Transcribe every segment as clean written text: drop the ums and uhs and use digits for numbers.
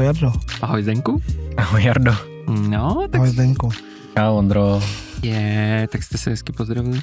Jardo. Ahoj Zdenku. Ahoj Jardo. No, tak... Ahoj Zdenku. Čau Ondro. Tak jste se hezky pozdravili.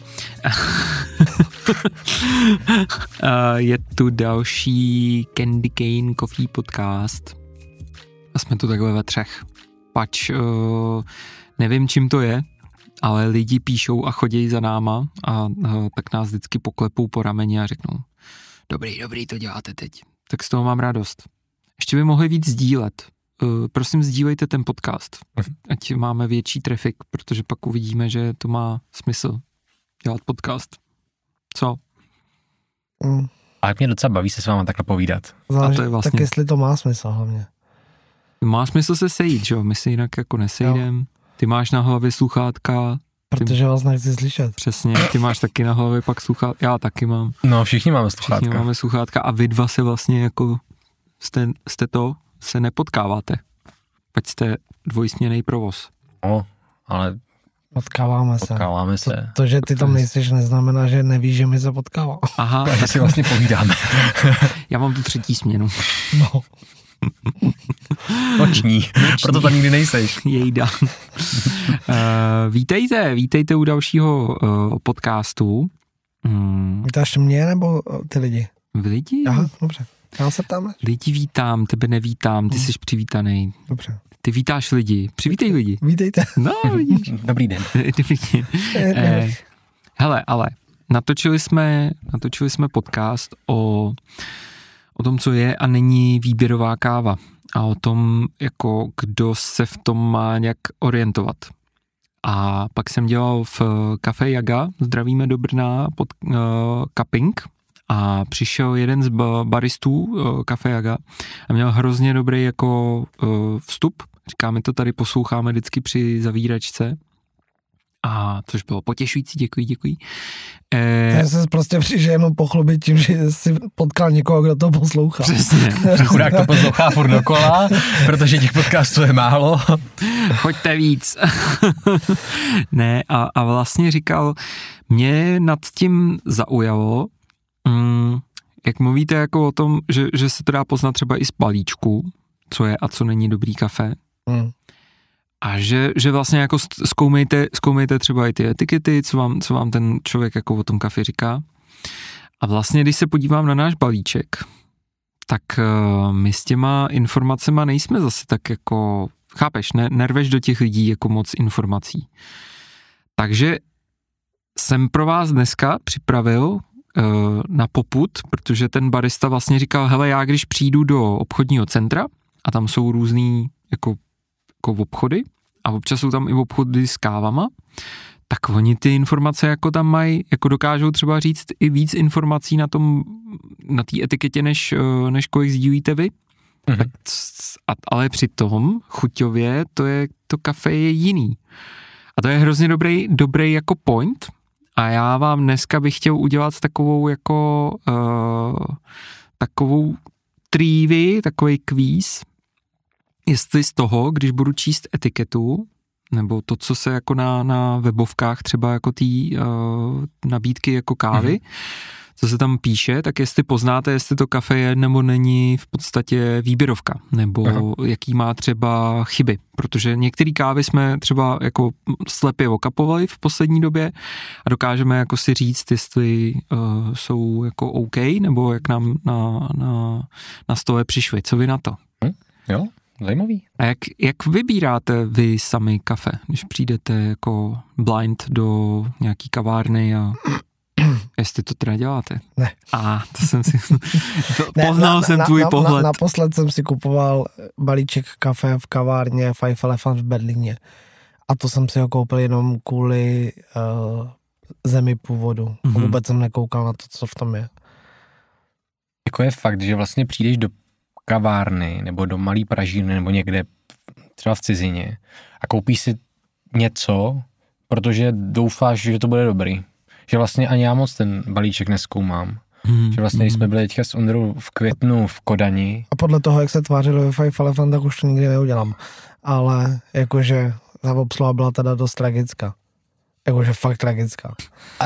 Je tu další Candy Cane Coffee podcast. A jsme tu takhle ve třech. Pač nevím, čím to je, ale lidi píšou a chodějí za náma a tak nás vždycky poklepou po rameni a řeknou dobrý, to děláte teď. Tak z toho mám radost. Ještě by mohli víc sdílet. Prosím, sdílejte ten podcast, ať máme větší trafik, protože pak uvidíme, že to má smysl dělat podcast. Co? Ale mě docela baví se s váma takhle povídat. Záleží, a to je vlastně... Tak jestli to má smysl hlavně. Má smysl se sejít, že jo? My si jinak jako nesejdem. Ty máš na hlavě sluchátka. Protože vás nechci slyšet. Přesně, ty máš taky na hlavě pak sluchátka. Já taky mám. No, všichni máme sluchátka. Všichni máme sluchátka a vy dva se vlastně jako se nepotkáváte. Pať jste dvojsměnný provoz. No, ale Potkáváme se. To, že ty tam nejsiš, neznamená, že nevíš, že my se potkáváme. Aha. Tak si vlastně povídáme. Já mám tu třetí směnu. No. Noční. Proto tam nikdy nejseš. Jejda. Vítejte u dalšího podcastu. Vítáš mě nebo ty lidi? Lidi? Aha, dobře. Já se ptám. Lidi vítám, tebe nevítám, ty jsi přivítaný. Dobře. Ty vítáš lidi, přivítej lidi. Vítejte. No, vidíš. Dobrý den. Hele, ale natočili jsme podcast o tom, co je a není výběrová káva a o tom, jako kdo se v tom má nějak orientovat. A pak jsem dělal v Café Jaga, zdravíme do Brna, pod cupping a přišel jeden z baristů Café Jaga a měl hrozně dobrý jako vstup. Říká, my to tady posloucháme vždycky při zavíračce. A což bylo potěšující, děkuji. Já jsem prostě přišel jenom pochlubit tím, že jsi potkal někoho, kdo to poslouchá. Přesně. Chudák to poslouchá furt dokola, protože těch podcastů je málo. Choďte víc. Ne, a vlastně říkal, mě nad tím zaujalo, jak mluvíte jako o tom, že se to dá poznat třeba i z balíčku, co je a co není dobrý kafe. A že vlastně jako zkoumejte třeba i ty etikety, co vám ten člověk jako o tom kafe říká. A vlastně, když se podívám na náš balíček, tak my s těma informacema nejsme zase tak jako, chápeš, nerveš do těch lidí jako moc informací. Takže jsem pro vás dneska připravil na popud, protože ten barista vlastně říkal, hele, já když přijdu do obchodního centra a tam jsou různý jako obchody a občas jsou tam i obchody s kávama, tak oni ty informace jako tam mají, jako dokážou třeba říct i víc informací na té etiketě, než kolik sdílíte vy. Mm-hmm. Ale přitom chuťově to kafe je jiný. A to je hrozně dobrý jako point a já vám dneska bych chtěl udělat takovou jako takovou trivii, takový kvíz, jestli z toho, když budu číst etiketu, nebo to, co se jako na webovkách třeba jako ty nabídky jako kávy, co se tam píše, tak jestli poznáte, jestli to kafe je nebo není v podstatě výběrovka, nebo jaký má třeba chyby, protože některé kávy jsme třeba jako slepě okapovali v poslední době a dokážeme jako si říct, jestli jsou jako OK, nebo jak nám na stole přišly. Co vy na to? Jo. Zajímavý. A jak vybíráte vy sami kafe, když přijdete jako blind do nějaký kavárny a jestli to teda děláte? Ne. To jsem si... Poznal jsem tvůj pohled. Naposled jsem si kupoval balíček kafe v kavárně Five Elephant v Berlíně. A to jsem si ho koupil jenom kvůli zemi původu. Vůbec jsem nekoukal na to, co v tom je. Jako je fakt, že vlastně přijdeš do kavárny nebo do malý pražírny nebo někde třeba v cizině a koupíš si něco, protože doufáš, že to bude dobrý. Že vlastně ani já moc ten balíček nezkoumám. Že vlastně, když jsme byli teďka s Ondrou v květnu v Kodani. A podle toho, jak se tvářilo ve Five Elephant, tak už to nikdy neudělám. Ale jakože ta obsluha byla teda dost tragická. Jakože fakt tragická.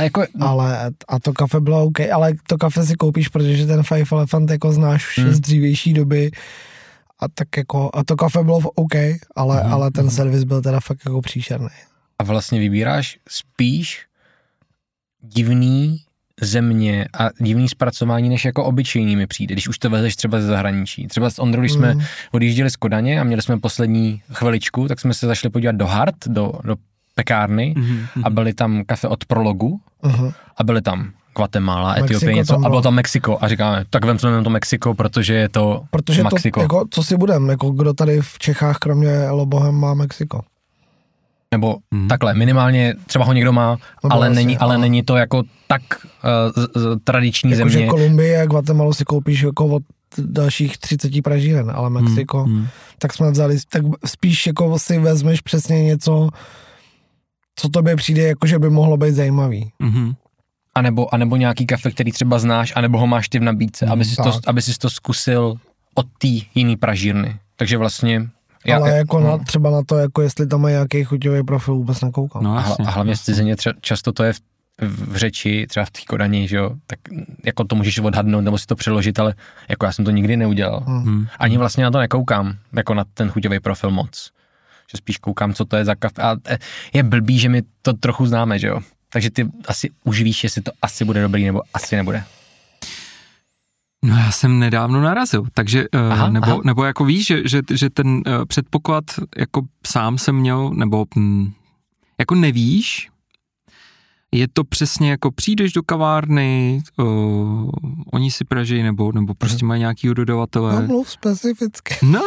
A to kafe bylo OK, ale to kafe si koupíš, protože ten Five Elephant jako znáš z dřívější doby a tak jako, a to kafe bylo OK, ale ten servis byl teda fakt jako příšerný. A vlastně vybíráš spíš divný země a divný zpracování, než jako obyčejný mi přijde, když už to vezeš třeba ze zahraničí. Třeba s Ondrou, když jsme odjížděli z Kodaně a měli jsme poslední chviličku, tak jsme se zašli podívat do Hart, do pekárny a byly tam kafe od Prologu a byly tam Guatemala, Etiopie, něco a bylo tam Mexiko a říkáme, tak vememe to Mexiko, protože je to Mexiko. To, jako, co si budem, jako kdo tady v Čechách kromě Lobohem má Mexiko? Nebo takhle, minimálně třeba ho někdo má, ale není to jako tak tradiční jako, země. Že Kolumbii a Guatemalu si koupíš jako od dalších 30 pražíren, ale Mexiko, tak jsme vzali, tak spíš jako si vezmeš přesně něco, co tobě přijde, jako že by mohlo být zajímavý. A nebo nějaký kafe, který třeba znáš, anebo ho máš ty v nabídce, aby si to zkusil od té jiný pražírny. Takže vlastně... Ale jako třeba na to, jako jestli tam má nějaký chuťový profil, vůbec nekoukal. No, a hlavně v cizině často to je v řeči, třeba v té Kodani, že jo, tak jako to můžeš odhadnout nebo si to přeložit, ale jako já jsem to nikdy neudělal. Ani vlastně na to nekoukám, jako na ten chuťový profil moc. Že spíš koukám, co to je za kafe. A je blbý, že my to trochu známe, že jo. Takže ty asi už víš, jestli to asi bude dobrý nebo asi nebude. No já jsem nedávno narazil, takže nebo jako víš, že ten předpoklad jako sám jsem měl, nebo jako nevíš, je to přesně jako přijdeš do kavárny, oni si pražejí nebo prostě mají nějakýho dodavatele. No mluv specificky. Ne.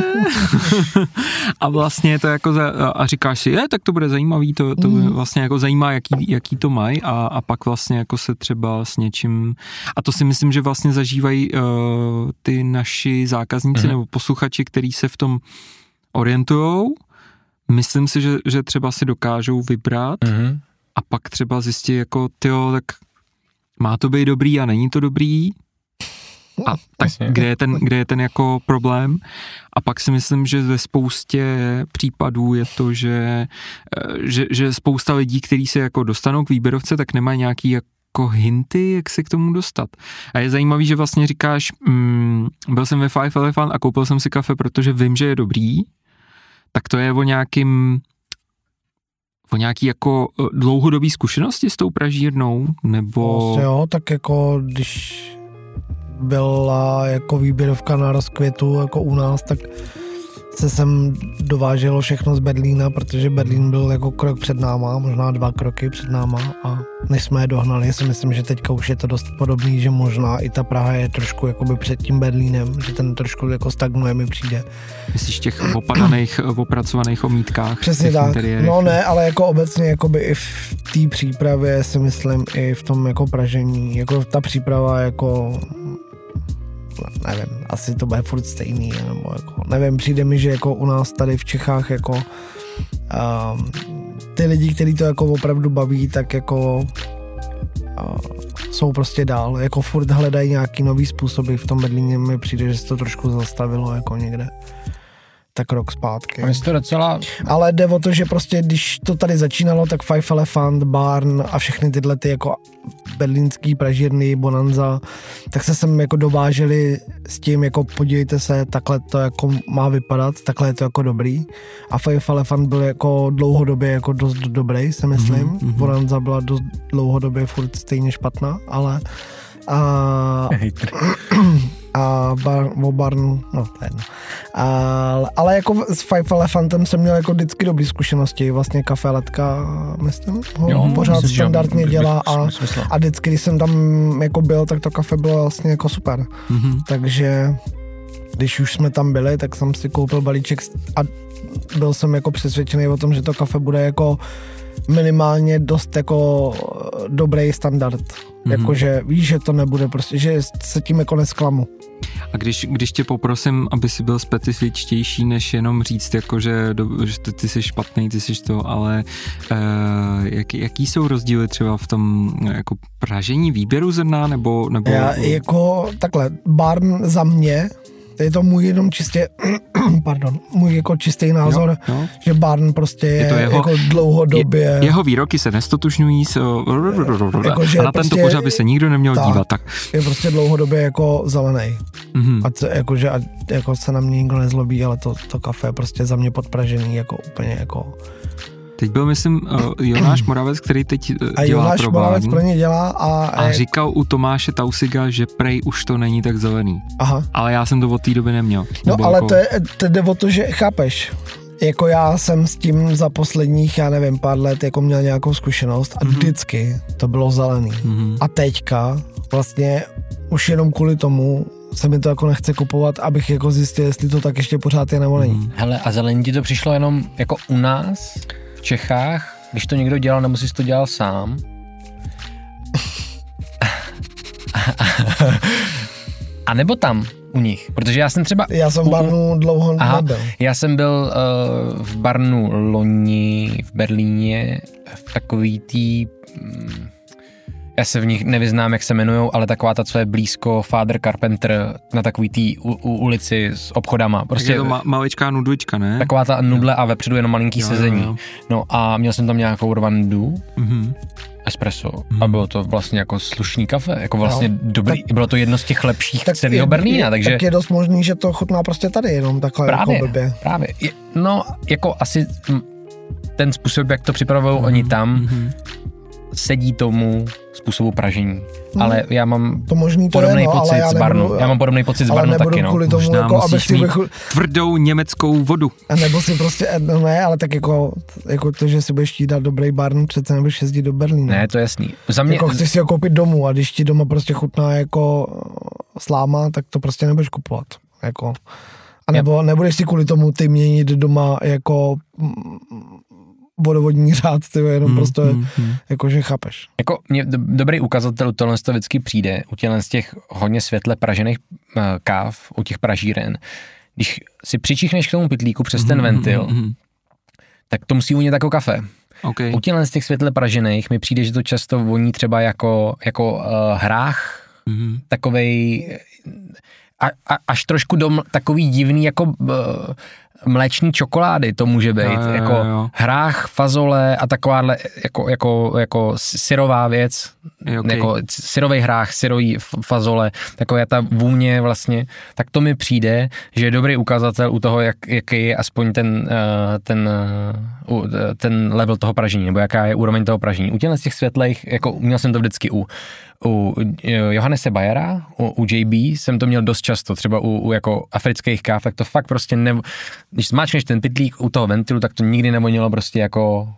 A vlastně je to jako, a říkáš si, tak to bude zajímavý, to vlastně jako zajímá, jaký to mají a pak vlastně jako se třeba s něčím, a to si myslím, že vlastně zažívají ty naši zákazníci nebo posluchači, který se v tom orientujou. Myslím si, že třeba si dokážou vybrat a pak třeba zjistit jako, tak má to být dobrý a není to dobrý. A tak kde je ten jako problém? A pak si myslím, že ve spoustě případů je to, že spousta lidí, kteří se jako dostanou k výběrovce, tak nemají nějaký jako hinty, jak se k tomu dostat. A je zajímavý, že vlastně říkáš, byl jsem ve Five Elephant a koupil jsem si kafe, protože vím, že je dobrý, tak to je o nějaký jako dlouhodobý zkušenosti s tou pražírnou, nebo... Vlastně jo, tak jako když byla jako výběrovka na rozkvětu jako u nás, tak se sem dováželo všechno z Berlína, protože Berlín byl jako krok před náma, možná 2 kroky před náma a než jsme je dohnali, si myslím, že teďka už je to dost podobný, že možná i ta Praha je trošku jakoby před tím Berlínem, že ten trošku jako stagnuje, mi přijde. Myslíš těch opracovaných omítkách? Přesně tak, no ne, ale jako obecně jakoby i v té přípravě si myslím, i v tom jako pražení, jako ta příprava jako nevím, asi to bude furt stejný, nebo jako, nevím, přijde mi, že jako u nás tady v Čechách jako ty lidi, kteří to jako opravdu baví, tak jako jsou prostě dál, jako furt hledají nějaký nový způsoby, v tom Berlíně mi přijde, že se to trošku zastavilo jako někde. Tak rok zpátky. Ale jde o to, že prostě když to tady začínalo, tak Five Elephant, Barn a všechny tyhle ty jako berlínský pražírny, Bonanza, tak se sem jako dováželi s tím, jako podívejte se, takhle to jako má vypadat, takhle je to jako dobrý. A Five Elephant byl jako dlouhodobě jako dost dobrý, si myslím. Bonanza byla dost dlouhodobě furt stejně špatná, ale a Barn, no to je jedno. Ale jako s Five Elephantem jsem měl jako vždycky dobrý zkušenosti, vlastně Kafe Letka, myslím, ho pořád standardně dělá a vždycky, když jsem tam jako byl, tak to kafe bylo vlastně jako super. Takže když už jsme tam byli, tak jsem si koupil balíček a byl jsem jako přesvědčený o tom, že to kafe bude jako minimálně dost jako dobrý standard. Jakože víš, že to nebude prostě, že se tím jako nesklamu. A když tě poprosím, aby si byl specifičtější, než jenom říct, jako, že ty jsi špatný, ty jsi to, ale jaký jsou rozdíly třeba v tom jako pražení výběru zrna, nebo... Já jako takhle, Barn za mě je to můj jenom čistě, pardon, můj jako čistý názor, jo. že Barn prostě je to jeho, jako dlouhodobě... Jeho výroky se nestotožňují jako, a na tento pořad by se nikdo neměl dívat. Tak. Je prostě dlouhodobě jako zelený. Jako se na mě nikdo nezlobí, ale to kafe je prostě za mě podpražený, jako úplně jako... Teď byl, myslím, Jonáš Moravec, který teď dělá a Jonáš pro Moravec Barn. pro ně dělá A říkal u Tomáše Tausiga, že prej už to není tak zelený. Aha. Ale já jsem to od té doby neměl. No ale jako... to jde o to, že chápeš, jako já jsem s tím za posledních, já nevím, pár let jako měl nějakou zkušenost a vždycky to bylo zelený. A teďka vlastně už jenom kvůli tomu se mi to jako nechce kupovat, abych jako zjistil, jestli to tak ještě pořád je nebo není. Hele, a zelení ti to přišlo jenom jako u nás, v Čechách, když to někdo dělal, nebo jsi to dělal sám? A nebo tam u nich, protože já jsem třeba... Já jsem v Barnu dlouho nebyl. Já jsem byl v Barnu loni v Berlíně, v takový tý... já se v nich nevyznám, jak se jmenujou, ale taková ta, co je blízko Father Carpenter na takový tý ulici s obchodama. Prostě tak je to maličká nudlička, ne? Taková ta nudle a vepředu jenom malinký sezení. Jo. No a měl jsem tam nějakou Rwandu, espresso a bylo to vlastně jako slušný kafe, jako vlastně dobrý, bylo to jedno z těch lepších celého Berlína, takže... Tak je dost možný, že to chutná prostě tady jenom takhle právě, jako blbě. Právě, no jako asi ten způsob, jak to připravují oni tam, sedí tomu způsobu pražení. Ale já mám podobný pocit z Barnu. Já mám podobný pocit z Barnu taky, no. Kvůli tomu, možná jako, musíš mít tvrdou německou vodu. A nebo si prostě, no ne, ale tak jako to, že si budeš dát dobrý Barn, přece nebudeš jezdit do Berlína. Ne, to je jasný. Za mě... Jako chceš si ho koupit domů a když ti doma prostě chutná jako sláma, tak to prostě nebudeš kupovat. Jako. A nebo nebudeš si kvůli tomu ty měnit doma jako vodovodní řád, jenom prostě jakože chápeš. Jako mě dobrý ukazatel tohle to vždycky přijde u těchto z těch hodně světle pražených káv, u těch pražíren. Když si přičichneš k tomu pytlíku přes ten ventil, tak to musí umět jako kafe. Okay. U těchto z těch světle pražených mi přijde, že to často voní třeba jako hrách, takovej až trošku takový divný jako mléčný čokolády to může být, jako hrách, fazole a takováhle jako syrová věc, jako syrový hrách, syrový fazole, taková ta vůně vlastně, tak to mi přijde, že je dobrý ukazatel u toho, jaký je aspoň ten level toho pražení, nebo jaká je úroveň toho pražení. U těch světlejch, jako měl jsem to vždycky u Johannese Bayera, u JB jsem to měl dost často, třeba u jako afrických káv, tak to fakt prostě když zmáčkneš ten pytlík u toho ventilu, tak to nikdy nevonilo prostě jako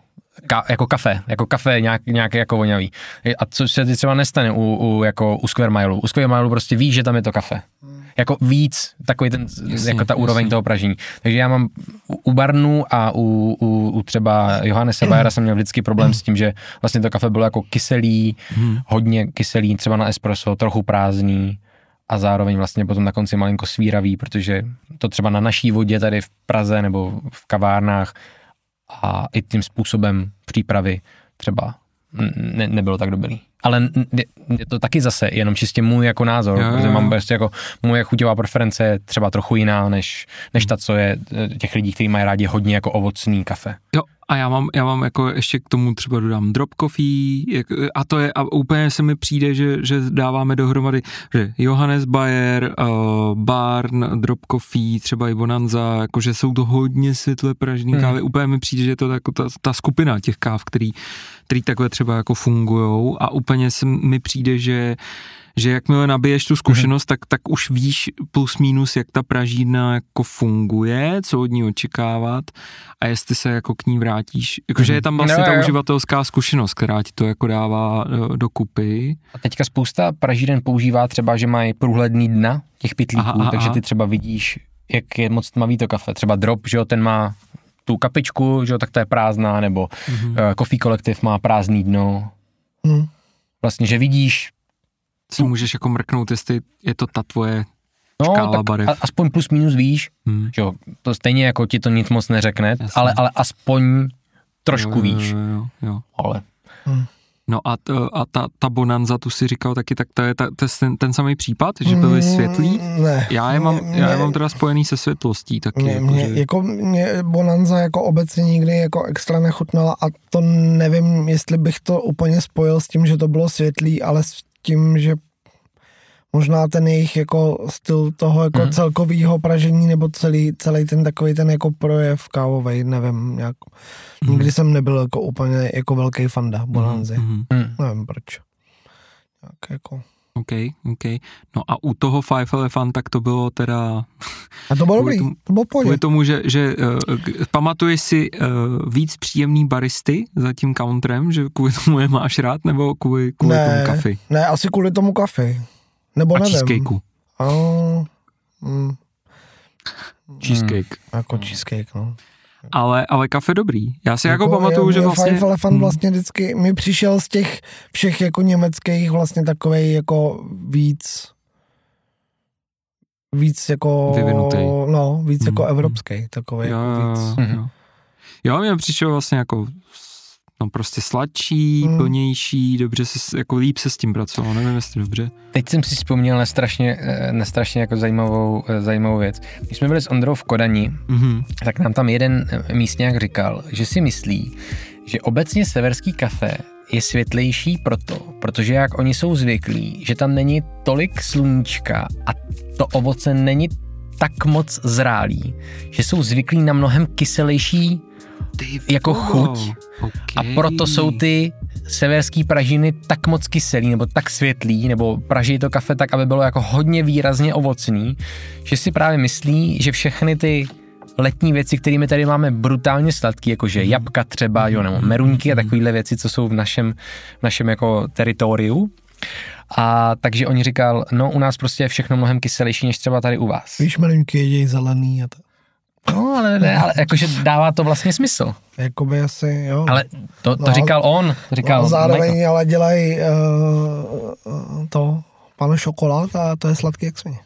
kafe nějaké jako vonavý. A co se ti třeba nestane u Square Mileu. U Square Mileu prostě víš, že tam je to kafe. Jako víc, takový ten, jako ta úroveň toho pražení. Takže já mám u Barnu a u třeba Johannese Bayera jsem měl vždycky problém s tím, že vlastně to kafe bylo jako kyselý, hodně kyselý, třeba na espresso, trochu prázdný a zároveň vlastně potom na konci malinko svíravý, protože to třeba na naší vodě tady v Praze nebo v kavárnách a i tím způsobem přípravy třeba nebylo tak dobrý. Ale je to taky zase jenom čistě můj jako názor, protože mám prostě jako moje chuťová preference je třeba trochu jiná, než ta, co je těch lidí, kteří mají rádi hodně jako ovocný kafe. Jo, a já mám jako ještě k tomu třeba dodám drop coffee, a to je, a úplně se mi přijde, že dáváme dohromady, že Johannes Bayer, Barn, drop coffee, třeba i Bonanza, jakože jsou to hodně světle pražný kávy, úplně mi přijde, že je to jako ta skupina těch káv, který takhle třeba jako fungujou a úplně mi přijde, že jakmile nabiješ tu zkušenost, tak už víš plus minus, jak ta pražírna jako funguje, co od ní očekávat a jestli se jako k ní vrátíš. Jakože je tam vlastně ta uživatelská zkušenost, která ti to jako dává dokupy. A teďka spousta pražíren používá třeba, že mají průhledný dna těch pytlíků, takže ty třeba vidíš, jak je moc tmavý to kafe. Třeba Drop, že jo, ten má tu kapičku, že jo, tak to je prázdná, nebo Coffee Collective má prázdný dno. Vlastně, že vidíš si můžeš jako mrknout, jestli je to ta tvoje škála barev. Aspoň plus minus víš, že jo, to stejně jako ti to nic moc neřekne, ale aspoň trošku víš. Jo. Ale. No a ta Bonanza, tu si říkal taky, tak to je ten samý případ, že byly světlý? Ne. Já je mám teda spojený se světlostí taky. Mě Bonanza jako obecně nikdy jako extra nechutnala a to nevím, jestli bych to úplně spojil s tím, že to bylo světlý, ale s tím, že možná ten jejich jako styl toho jako celkovýho pražení nebo celý ten takový ten jako projev kávovej, nevím, nějak. Nikdy jsem nebyl jako úplně jako velký fanda Bonanzy. Nevím proč. Tak jako. OK. No a u toho Five Elephant, tak to bylo teda... A to bylo dobrý, to bylo pohodě. Kvůli tomu, že pamatuješ si víc příjemný baristy za tím counterem, že kvůli tomu je máš rád, nebo kvůli tomu kafi? Ne, asi kvůli tomu kafi. Nebo nevím. Cheesecakeu. Cheesecake. Jako cheesecake, no. Ale kafe dobrý. Já si jako pamatuju, že vlastně... Five Elephant vlastně vždycky mi přišel z těch všech jako německých vlastně takovej jako víc jako... Vyvinutý. No, víc jako evropský, takovej jako víc. Jo, mě přišel vlastně jako prostě sladší, plnější, dobře se, jako líp se s tím pracovalo, nevím, jestli dobře. Teď jsem si vzpomněl na strašně jako zajímavou věc. Když jsme byli s Ondrou v Kodani, tak nám tam jeden místňák říkal, že si myslí, že obecně severský kafe je světlejší protože jak oni jsou zvyklí, že tam není tolik sluníčka a to ovoce není tak moc zrálý, že jsou zvyklí na mnohem kyselejší jako chuť a proto jsou ty severský pražiny tak moc kyselý nebo tak světlý, nebo praží to kafe tak, aby bylo jako hodně výrazně ovocný, že si právě myslí, že všechny ty letní věci, kterými tady máme brutálně sladký, jakože jabka třeba, jo, nebo meruňky a takovýhle věci, co jsou v našem jako teritoriu. A takže oni říkal, no u nás prostě je všechno mnohem kyselější, než třeba tady u vás. Víš, meruňky jedějí zelený a to. No, ale jakože dává to vlastně smysl. Jakoby asi, jo. Ale to říkal on. No, zároveň ale dělají to pan šokolád a to je sladký jak svině.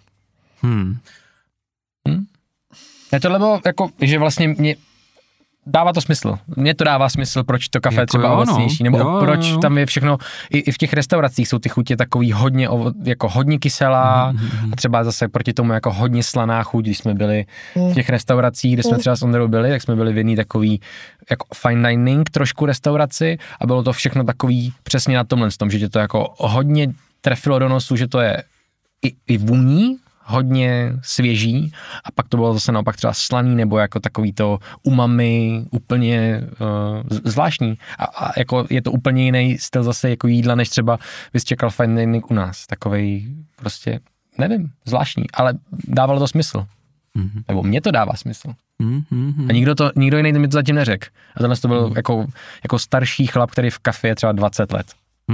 Ne, tohle bylo jako, že vlastně mě dává to smysl. Mně to dává smysl, proč to kafe je třeba ovocnější, nebo proč tam je všechno, i v těch restauracích jsou ty chutě takový hodně kyselá a třeba zase proti tomu jako hodně slaná chuť, když jsme byli v těch restauracích, kde jsme třeba s Ondrou byli, tak jsme byli v jedný takový jako fine dining trošku restauraci a bylo to všechno takový přesně na tomhle tom, že tě to jako hodně trefilo do nosu, že to je i vůní, hodně svěží a pak to bylo zase naopak třeba slaný nebo jako takový to umami úplně zvláštní a jako je to úplně jiný styl zase jako jídla, než třeba bys čekal fine dining u nás. Takovej prostě, nevím, zvláštní, ale dávalo to smysl. Nebo mně to dává smysl. A nikdo jiný mi to zatím neřekl. A tohle to byl jako starší chlap, který v kafe je třeba 20 let.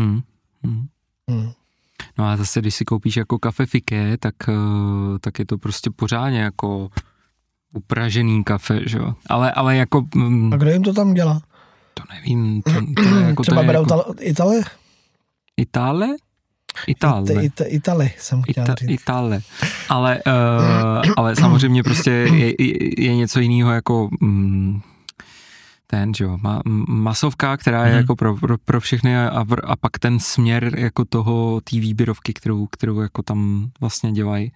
No a zase, když si koupíš jako kafe fiké, tak je to prostě pořádně jako upražený kafe, že jo. Ale jako... A kdo jim to tam dělá? To nevím. To je jako, třeba berou Itálie? Itálie jsem chtěl říct. Itálie. Ale samozřejmě prostě je něco jiného jako... masovka, která je jako pro všechny a pak ten směr jako té výběrovky, kterou jako tam vlastně dělají.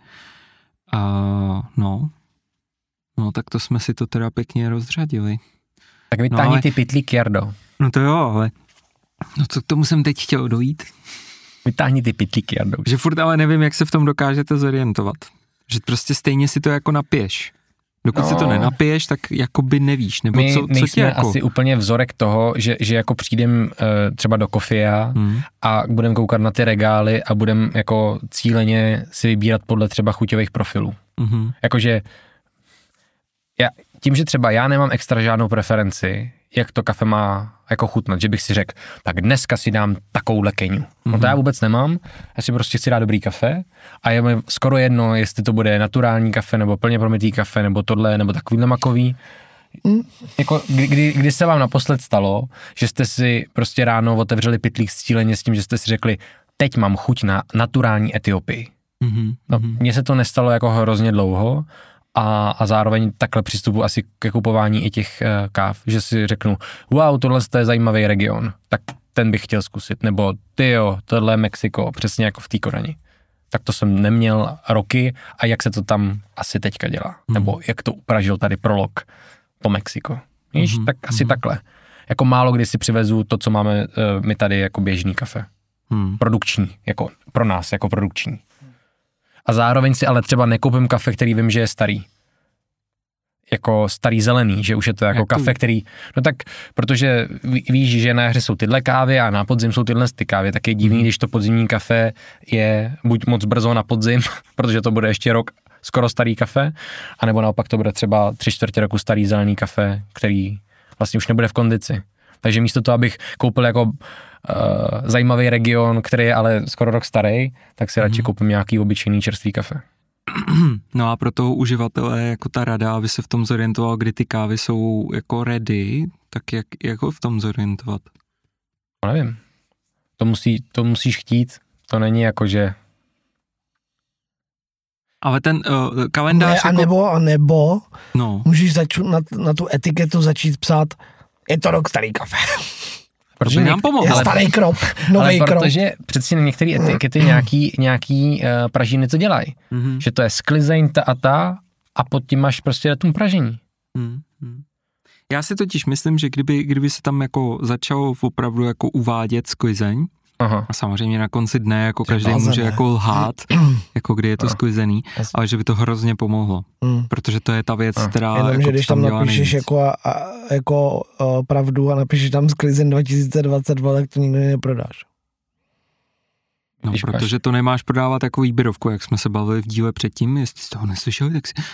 No, tak to jsme si to teda pěkně rozřadili. Tak vytáhni ty pytlíky, Jardo. No to jo, ale co k tomu jsem teď chtěl dojít? Vytáhni ty pytlíky, Jardo. Že furt ale nevím, jak se v tom dokážete zorientovat. Že prostě stejně si to jako napiješ. Dokud si to nenapiješ, tak jakoby nevíš, nebo my co nejsme tě jako... asi úplně vzorek toho, že jako přijdem třeba do Kofia a budem koukat na ty regály a budem jako cíleně si vybírat podle třeba chuťových profilů. Jakože tím, že třeba já nemám extra žádnou preferenci, jak to kafe má jako chutnat, že bych si řekl, tak dneska si dám takovouhle keňu. No to já vůbec nemám, já si prostě chci dát dobrý kafe a je mi skoro jedno, jestli to bude naturální kafe, nebo plně promytý kafe, nebo tohle, nebo takovýhle makový. Jako, kdy se vám naposled stalo, že jste si prostě ráno otevřeli pytlík cíleně s tím, že jste si řekli, teď mám chuť na naturální Etiopii. No, mně se to nestalo jako hrozně dlouho, a zároveň takhle přistupu asi ke kupování i těch káv, že si řeknu, wow, tohle je zajímavý region, tak ten bych chtěl zkusit, nebo tyjo, tohle je Mexiko, přesně jako v té Kodani. Tak to jsem neměl roky a jak se to tam asi teďka dělá, nebo jak to upražil tady Prolog po Mexiko. Víš, tak asi takhle. Jako málo kdy si přivezu to, co máme my tady jako běžný kafe. Produkční, jako pro nás, jako produkční. A zároveň si ale třeba nekoupím kafe, který vím, že je starý. Jako starý zelený, že už je to jako kafe, který, no tak, protože víš, že na jaře jsou tyhle kávy a na podzim jsou tyhle kávy, tak je divný, když to podzimní kafe je buď moc brzo na podzim, protože to bude ještě rok skoro starý kafe, anebo naopak to bude třeba 3/4 roku starý zelený kafe, který vlastně už nebude v kondici. Takže místo toho, abych koupil jako zajímavý region, který je ale skoro rok starý, tak si radši koupím nějaký obyčejný čerstvý kafe. No a pro toho uživatele jako ta rada, aby se v tom zorientoval, kdy ty kávy jsou jako ready, tak jak ho v tom zorientovat? No nevím. To musíš chtít. To není jako, že... Ale ten kalendář... Ne, jako... a nebo můžeš na tu etiketu začít psát, je to rok starý kafe. Protože nám pomohl. Je starý krop, nový krop. Protože přeci některé etikety nějaký pražiny to dělají. Že to je sklizeň ta a pod tím máš prostě datum pražení. Já si totiž myslím, že kdyby se tam jako začalo opravdu jako uvádět sklizeň, a samozřejmě na konci dne jako každý může jako lhát, jako kdy je to sklizený, ale že by to hrozně pomohlo. Protože to je ta věc, která jenom, jako že když tam napíšeš jako pravdu a napíšeš tam sklizeň 2022, tak to nikdy neprodáš. No, protože to nemáš prodávat jako výběrovku, jak jsme se bavili v díle předtím, jestli jste toho neslyšeli, tak si...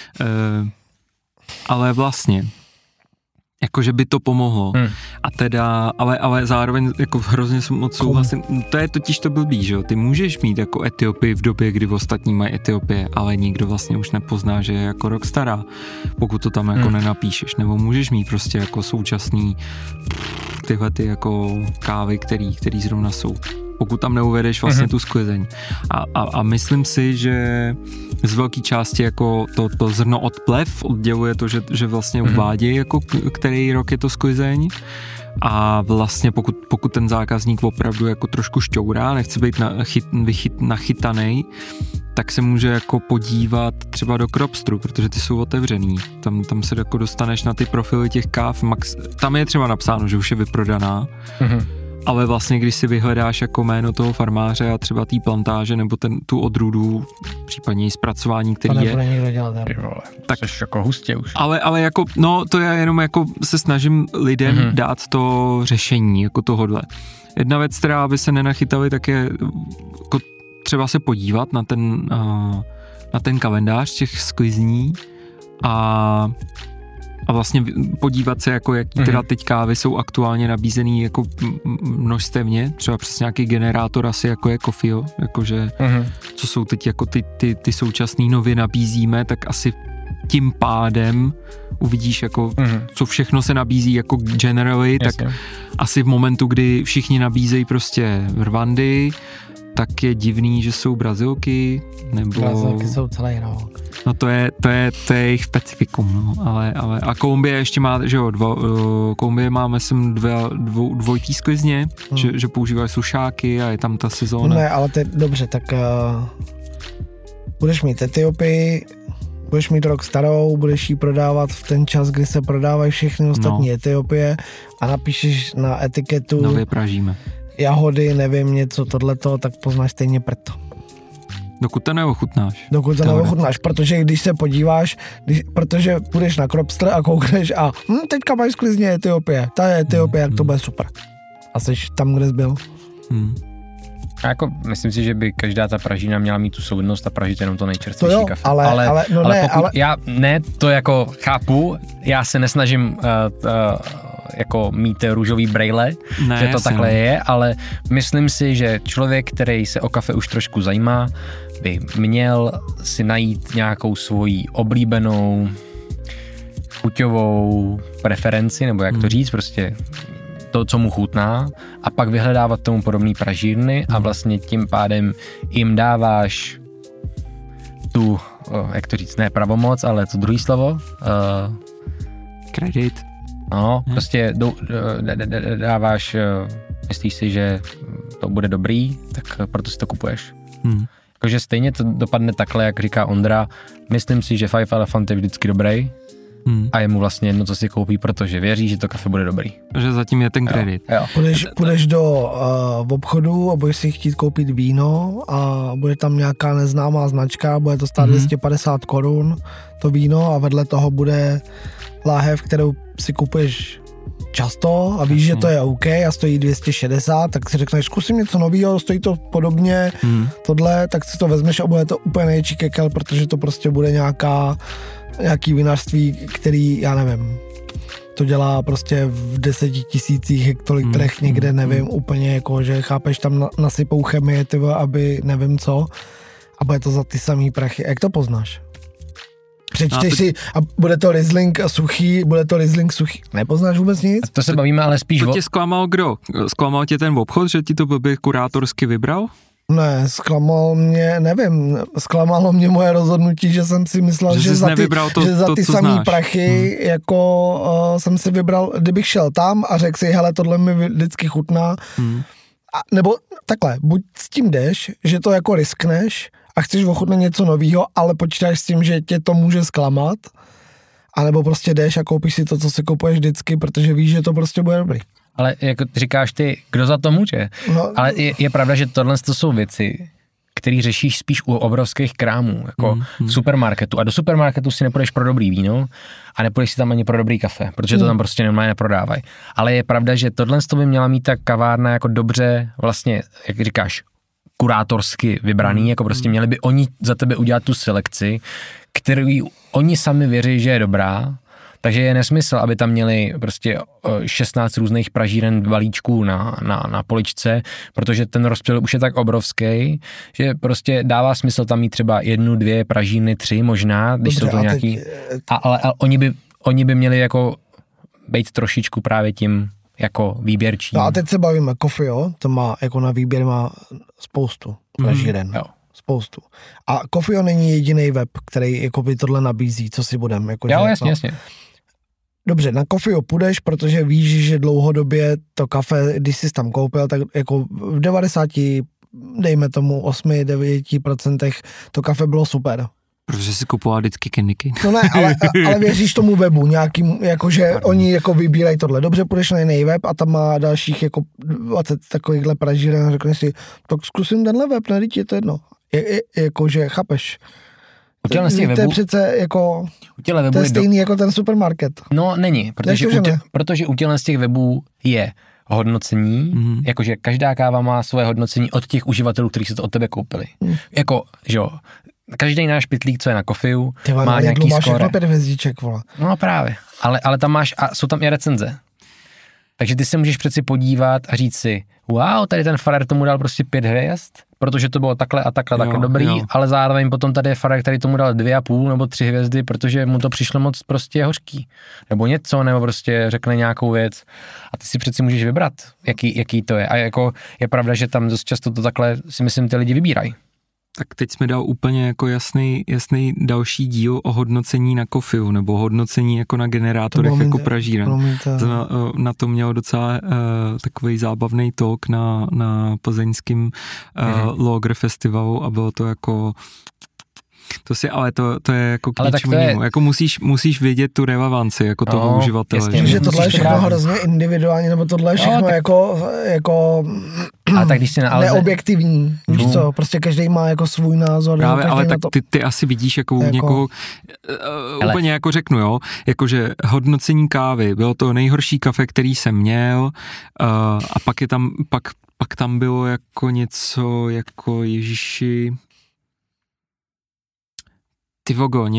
Ale vlastně... Jakože by to pomohlo. A teda, ale zároveň jako hrozně moc souhlasím. To je totiž to blbý, že jo? Ty můžeš mít jako Etiopii v době, kdy ostatní mají Etiopie, ale nikdo vlastně už nepozná, že je jako rok stará, pokud to tam jako nenapíšeš. Nebo můžeš mít prostě jako současný tyhle ty jako kávy, který zrovna jsou. Pokud tam neuvedeš vlastně tu sklizeň. A myslím si, že z velké části jako to zrno od plev odděluje to, že vlastně uvádí jako který rok je to sklizeň a vlastně pokud ten zákazník opravdu jako trošku šťourá, nechce být nachytanej, tak se může jako podívat třeba do Cropstru, protože ty jsou otevřený. Tam se jako dostaneš na ty profily těch káv, tam je třeba napsáno, že už je vyprodaná, ale vlastně, když si vyhledáš jako jméno toho farmáře a třeba té plantáže nebo tu odrůdu, případně i zpracování, který to je... Někdo dělat, tak jsi jako hustě už. Ale jako, no to já jenom jako se snažím lidem dát to řešení jako tohodle. Jedna věc, která by se nenachytali, tak je jako třeba se podívat na ten kalendář těch sklizní a vlastně podívat se, jako jaký teda teď kávy jsou aktuálně nabízený jako množstevně, třeba přes nějaký generátor asi jako je Kofio, jakože co jsou teď jako ty současný nově nabízíme, tak asi tím pádem uvidíš jako co všechno se nabízí jako generally, tak asi v momentu, kdy všichni nabízejí prostě Rwandy, tak je divný, že jsou Brazilky, nebo... Brazilky jsou celý rok. No to je jejich specifikum, no, ale a Kolumbie ještě má, že jo, Kolumbie má, myslím, dvojitý sklizně, že používají sušáky a je tam ta sezóna. Ne, ale to je dobře, tak budeš mít Etiopii, budeš mít rok starou, budeš ji prodávat v ten čas, kdy se prodávají všechny ostatní Etiopie a napíšeš na etiketu... Nově pražíme. Jahody, nevím, něco tohleto, tak poznáš stejně prto. Dokud to neochutnáš. Protože když se podíváš, protože půjdeš na Cropster a koukneš a teďka máš sklizně Etiopie, ta je Etiopie, jak to bude super. A jsi tam, kde jsi byl. A jako myslím si, že by každá ta pražína měla mít tu souvislost a pražit jenom to nejčerstvější kafe. Ale já to jako chápu, já se nesnažím jako mít růžový brejle, že to takhle je, ale myslím si, že člověk, který se o kafe už trošku zajímá, by měl si najít nějakou svoji oblíbenou chuťovou preferenci, nebo jak to říct, prostě to, co mu chutná, a pak vyhledávat tomu podobný pražírny a vlastně tím pádem jim dáváš tu, jak to říct, ne pravomoc, ale to druhý slovo. Kredit. No, prostě dáváš myslíš si, že to bude dobrý, tak proto si to kupuješ. Jakože stejně to dopadne takhle, jak říká Ondra, myslím si, že Five Elephant je vždycky dobrý a je mu vlastně jedno, co si koupí, protože věří, že to kafe bude dobrý. Že zatím je ten kredit. Jo. Půjdeš do obchodu a budeš si chtít koupit víno a bude tam nějaká neznámá značka, bude to stát 250 korun, to víno, a vedle toho bude láhev, kterou si kupuješ často a víš, že to je OK a stojí 260, tak si řekneš, zkusím něco novýho, stojí to podobně, tohle, tak si to vezmeš a bude to úplně největší kekel, protože to prostě bude nějaký vinařství, který, já nevím, to dělá prostě v 10 000 hektolitrech někde, nevím, úplně jako, že chápeš, tam nasypou chemie, tyvo, aby nevím co, a bude to za ty samý prachy. Jak to poznáš? Přečteš si a bude to Riesling suchý, nepoznáš vůbec nic? A to se bavíme ale spíš to tě zklamal kdo? Zklamal tě ten obchod, že ti to blbě kurátorsky vybral? Ne, zklamalo mě moje rozhodnutí, že jsem si myslel, že za ty samý prachy, jako jsem si vybral, kdybych šel tam a řekl si, hele, tohle mi vždycky chutná, nebo takhle, buď s tím jdeš, že to jako riskneš a chceš ochutnat něco novýho, ale počítáš s tím, že tě to může zklamat, anebo prostě jdeš a koupíš si to, co si kupuješ vždycky, protože víš, že to prostě bude dobrý. Ale jako říkáš ty, kdo za to může? No, ale je pravda, že tohle to jsou věci, který řešíš spíš u obrovských krámů, jako v supermarketu. A do supermarketu si nepůjdeš pro dobrý víno a nepůjdeš si tam ani pro dobrý kafe, protože to tam prostě normálně neprodávají. Ale je pravda, že tohle by měla mít ta kavárna jako dobře, vlastně, jak říkáš, kurátorsky vybraný, jako prostě měli by oni za tebe udělat tu selekci, kterou oni sami věří, že je dobrá. Takže je nesmysl, aby tam měli prostě 16 různých pražíren balíčků na poličce, protože ten rozptyl už je tak obrovský, že prostě dává smysl tam mít třeba 1, 2 pražírny, 3 možná, když dobře, jsou to nějaký... Ale oni by měli jako být trošičku právě tím jako výběrčím. No a teď se bavíme, Coffeo, to má jako na výběr má spoustu pražíren. Jo. Spoustu. A Coffeo není jediný web, který jako by tohle nabízí, co si budeme. Jako, jo, že, jasně. Dobře, na Coffeo půjdeš, protože víš, že dlouhodobě to kafe, když jsi tam koupil, tak jako v 90, dejme tomu 8-9% to kafe bylo super. Protože si kupoval vždycky kenniky. No ne, ale věříš tomu webu nějakým, jakože oni jako vybírají tohle. Dobře, půjdeš na jiný web a tam má dalších jako 20 takovýchhle pražíren a řekneš si, tak zkusím tenhle web, ne, je to jedno. Jakože, chápeš? To je přece jako, to je stejný jako ten supermarket. No není, protože u těchto z těch webů je hodnocení, jakože každá káva má svoje hodnocení od těch uživatelů, kteří se to od tebe koupili. Jako, že jo, každý náš pytlík, co je na Coffeu, má nějaký skóre. Máš 5 hvězdiček, vole. No právě, ale tam máš, a jsou tam i recenze. Takže ty se můžeš přeci podívat a říct si, wow, tady ten farér tomu dal prostě 5 hvězd, protože to bylo takhle a takhle dobrý, ale zároveň potom tady je farér, který tomu dal 2,5 nebo 3 hvězdy, protože mu to přišlo moc prostě hořký. Nebo něco, nebo prostě řekne nějakou věc a ty si přeci můžeš vybrat, jaký to je. A jako je pravda, že tam dost často to takhle si myslím ty lidi vybírají. Tak teď jsme dal úplně jako jasný další díl o hodnocení na Coffeu, nebo hodnocení jako na generátorech jako pražíren. Na to měl docela takovej zábavný talk na plzeňském Lager festivalu a bylo to jako... To je jako k ničemu. Jako musíš vědět tu relevanci jako toho uživatele. Jasně, že tohle je všechno hrozně individuální, nebo tohle je všechno jako ale tak když si neobjektivní. Víš co, prostě každý má jako svůj názor. Právě, ale tak ty asi vidíš jako někoho, úplně jako řeknu, jo, jakože hodnocení kávy, bylo to nejhorší kafe, který jsem měl a pak je tam, pak tam bylo jako něco jako Ježiši... Ty vogo,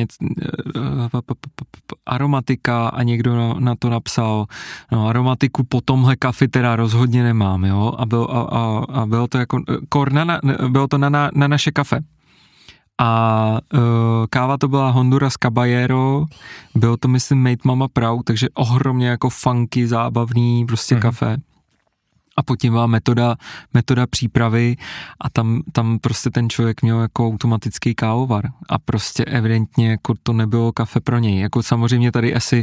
aromatika a někdo na to napsal, no aromatiku po tomhle kafi teda rozhodně nemám, jo, a bylo to jako, bylo to na naše kafe. A káva to byla Honduras Caballero, bylo to myslím Made Mama Proud, takže ohromně jako funky, zábavný prostě kafe. a potěvá metoda přípravy a tam prostě ten člověk měl jako automatický kávovar a prostě evidentně jako to nebylo kafe pro něj. Jako samozřejmě tady asi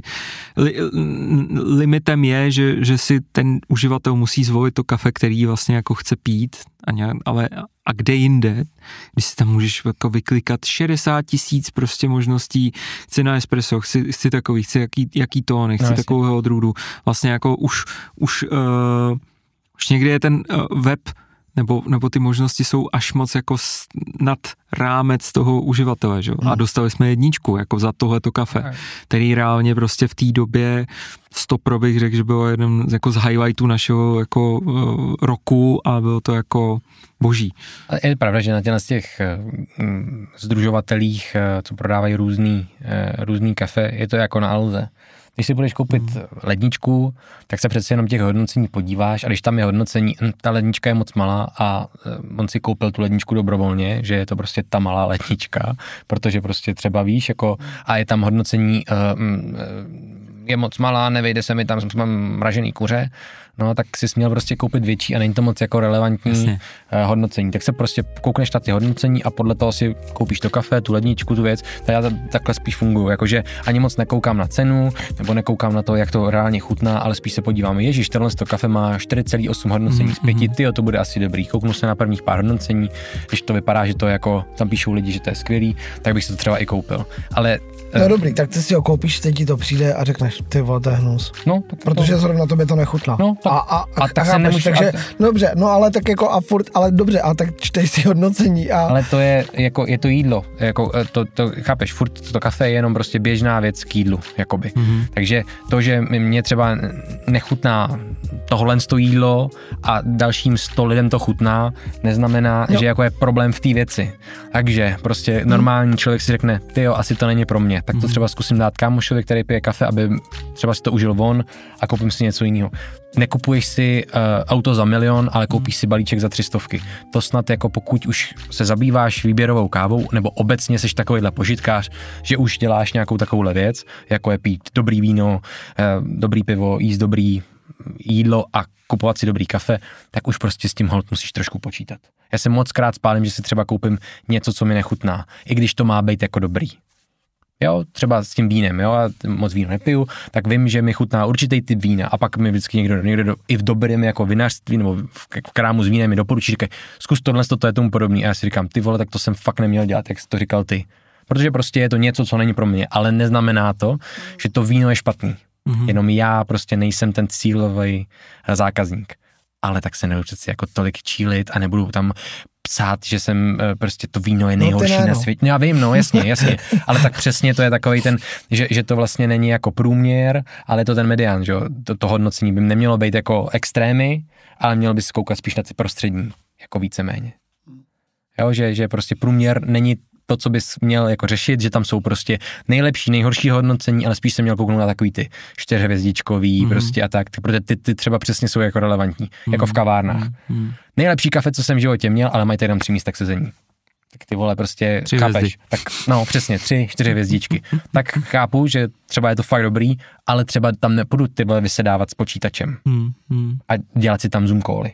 limitem je, že si ten uživatel musí zvolit to kafe, který vlastně jako chce pít, a kde jinde, když si tam můžeš jako vyklikat 60 000 prostě možností, chci na espresso, chci takový, chci jaký tóny, chci takového odrůdu. Vlastně jako už někdy je ten web nebo ty možnosti jsou až moc jako nad rámec toho uživatele, že? A dostali jsme 1 jako za tohleto kafe, který reálně prostě v té době Stopro bych řekl, že bylo jeden jako z highlightů našeho jako roku a bylo to jako boží. A je pravda, že na těch sdružovatelích, co prodávají různý kafe, je to jako na Alze. Když si budeš koupit ledničku, tak se přece jenom těch hodnocení podíváš a když tam je hodnocení, ta lednička je moc malá a on si koupil tu ledničku dobrovolně, že je to prostě ta malá lednička, protože prostě třeba víš, jako a je tam hodnocení, je moc malá, nevejde se mi tam, mám mražený kuře, no tak si směl prostě koupit větší a není to moc jako relevantní hodnocení. Tak se prostě koukneš na ty hodnocení a podle toho si koupíš to kafe, tu ledničku, tu věc. Já takhle spíš funguju, jakože ani moc nekoukám na cenu, nebo nekoukám na to, jak to reálně chutná, ale spíš se podívám, ježiš, tohle to kafe má 4,8 hodnocení z 5, tyjo, to bude asi dobrý. Kouknu se na prvních pár hodnocení, když to vypadá, že to jako, tam píšou lidi, že to je skvělý, tak bych si to třeba i koupil. Ale no dobrý, tak ty si ho koupíš, teď ti to přijde a řekneš, ty vole, to je hnus. No, protože zrovna tobě to nechutná. No, a tak se nemůže, takže, dobře, no ale tak jako a furt, ale dobře, a tak čtej si hodnocení a... Ale to je, jako, je to jídlo, jako, to chápeš, furt to kafe je jenom prostě běžná věc k jídlu, jakoby. Takže to, že mě třeba nechutná tohle jídlo a dalším 100 lidem to chutná, neznamená, že jako je problém v té věci. Takže prostě normální člověk si řekne, tyjo, asi to není pro mě, tak to třeba zkusím dát kámošovi, který pije kafe, aby třeba si to užil on a koupím si něco jiného. Nekupuješ si auto za 1 000 000, ale koupíš si balíček za 300. To snad jako pokud už se zabýváš výběrovou kávou, nebo obecně seš takovýhle požitkář, že už děláš nějakou takovouhle věc, jako je pít dobrý víno, dobrý pivo, jíst dobrý jídlo a kupovat si dobrý kafe, tak už prostě s tím holt musíš trošku počítat. Já se moc krát spálím, že si třeba koupím něco, co mi nechutná, i když to má být jako dobrý. Jo, třeba s tím vínem, jo, já moc víno nepiju, tak vím, že mi chutná určitý typ vína a pak mi vždycky někdo i v dobrém jako vinařství nebo v krámu s vínem mi doporučí, říkají, zkus tohle, to je tomu podobný a já si říkám, ty vole, tak to jsem fakt neměl dělat, jak jsi to říkal ty. Protože prostě je to něco, co není pro mě, ale neznamená to, že to víno je špatný. Jenom já prostě nejsem ten cílový zákazník. Ale tak se nebudu přeci jako tolik čílit a nebudu tam psát, že jsem prostě to víno je nejhorší na světě. No já vím, no jasně, ale tak přesně to je takovej ten, že to vlastně není jako průměr, ale je to ten medián, že jo, to hodnocení by nemělo být jako extrémy, ale mělo by se koukat spíš na ty prostřední, jako víceméně. Jo, že prostě průměr není to, co bys měl jako řešit, že tam jsou prostě nejlepší, nejhorší hodnocení, ale spíš se měl kouknout na takový ty 4hvězdičkový prostě a tak, protože ty třeba přesně jsou jako relevantní, jako v kavárnách. Nejlepší kafe, co jsem v životě měl, ale mají tady tam 3 místa k sezení. Tak ty vole prostě chápeš. Tak no přesně, 3-4 hvězdičky. Tak chápu, že třeba je to fakt dobrý, ale třeba tam nepůjdu ty vole vysedávat s počítačem a dělat si tam Zoom cally.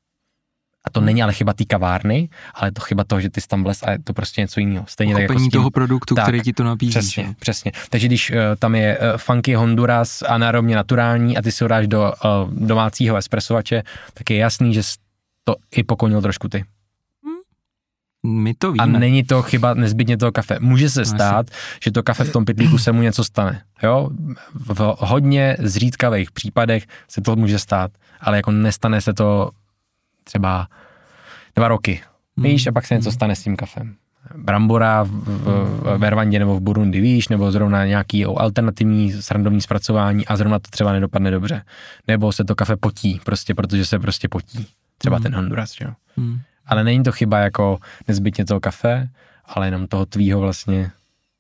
A to není ale chyba té kavárny, ale je to chyba toho, že ty jsi tam vlez a je to prostě něco jiného. Stejně tak jako s tím, toho produktu, tak, který ti to nabízí. Přesně. Takže když tam je funky Honduras anaerobně naturální a ty si ho dáš do domácího espresovače, tak je jasný, že to i pokonil trošku ty. My to víme. A není to chyba nezbytně toho kafe. Může se stát, že to kafe v tom pytlíku se mu něco stane. Jo? V hodně zřídkavých případech se to může stát, ale jako nestane se to třeba 2 roky. Víš, a pak se něco stane s tím kafem. Brambora v Rwandě nebo v Burundi, víš, nebo zrovna nějaký alternativní srandovní zpracování a zrovna to třeba nedopadne dobře. Nebo se to kafe potí, prostě protože se prostě potí. Třeba ten Honduras, jo. Ale není to chyba jako nezbytně toho kafe, ale jenom toho tvýho vlastně.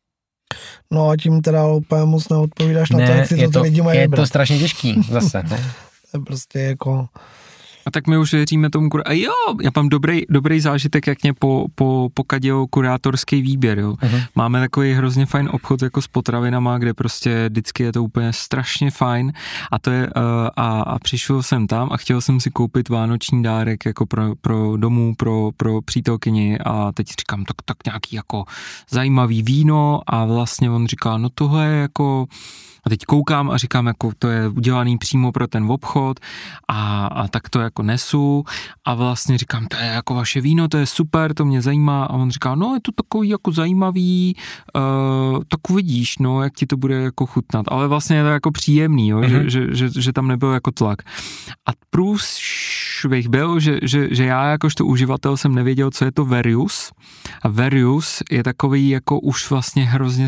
No a tím teda úplně moc neodpovídáš na to, jak si to lidi mají je vybrat. to strašně těžký zase. Ne? To je prostě jako... A tak my už věříme tomu a jo, já mám dobrý zážitek, jak mě pokaděl kurátorský výběr, jo. Máme takový hrozně fajn obchod jako s potravinama, kde prostě vždycky je to úplně strašně fajn a to je, a přišel jsem tam a chtěl jsem si koupit vánoční dárek jako pro domů, pro přítelkyni a teď říkám, tak nějaký jako zajímavý víno a vlastně on říká, no tohle je jako. A teď koukám a říkám, jako to je udělaný přímo pro ten obchod a tak to jako nesu a vlastně říkám, to je jako vaše víno, to je super, to mě zajímá a on říká, no je to takový jako zajímavý, tak uvidíš, no, jak ti to bude jako chutnat, ale vlastně je to jako příjemný, jo, že tam nebyl jako tlak. A průšvih byl, že já jakožto uživatel jsem nevěděl, co je to Verius a Verius je takový jako už vlastně hrozně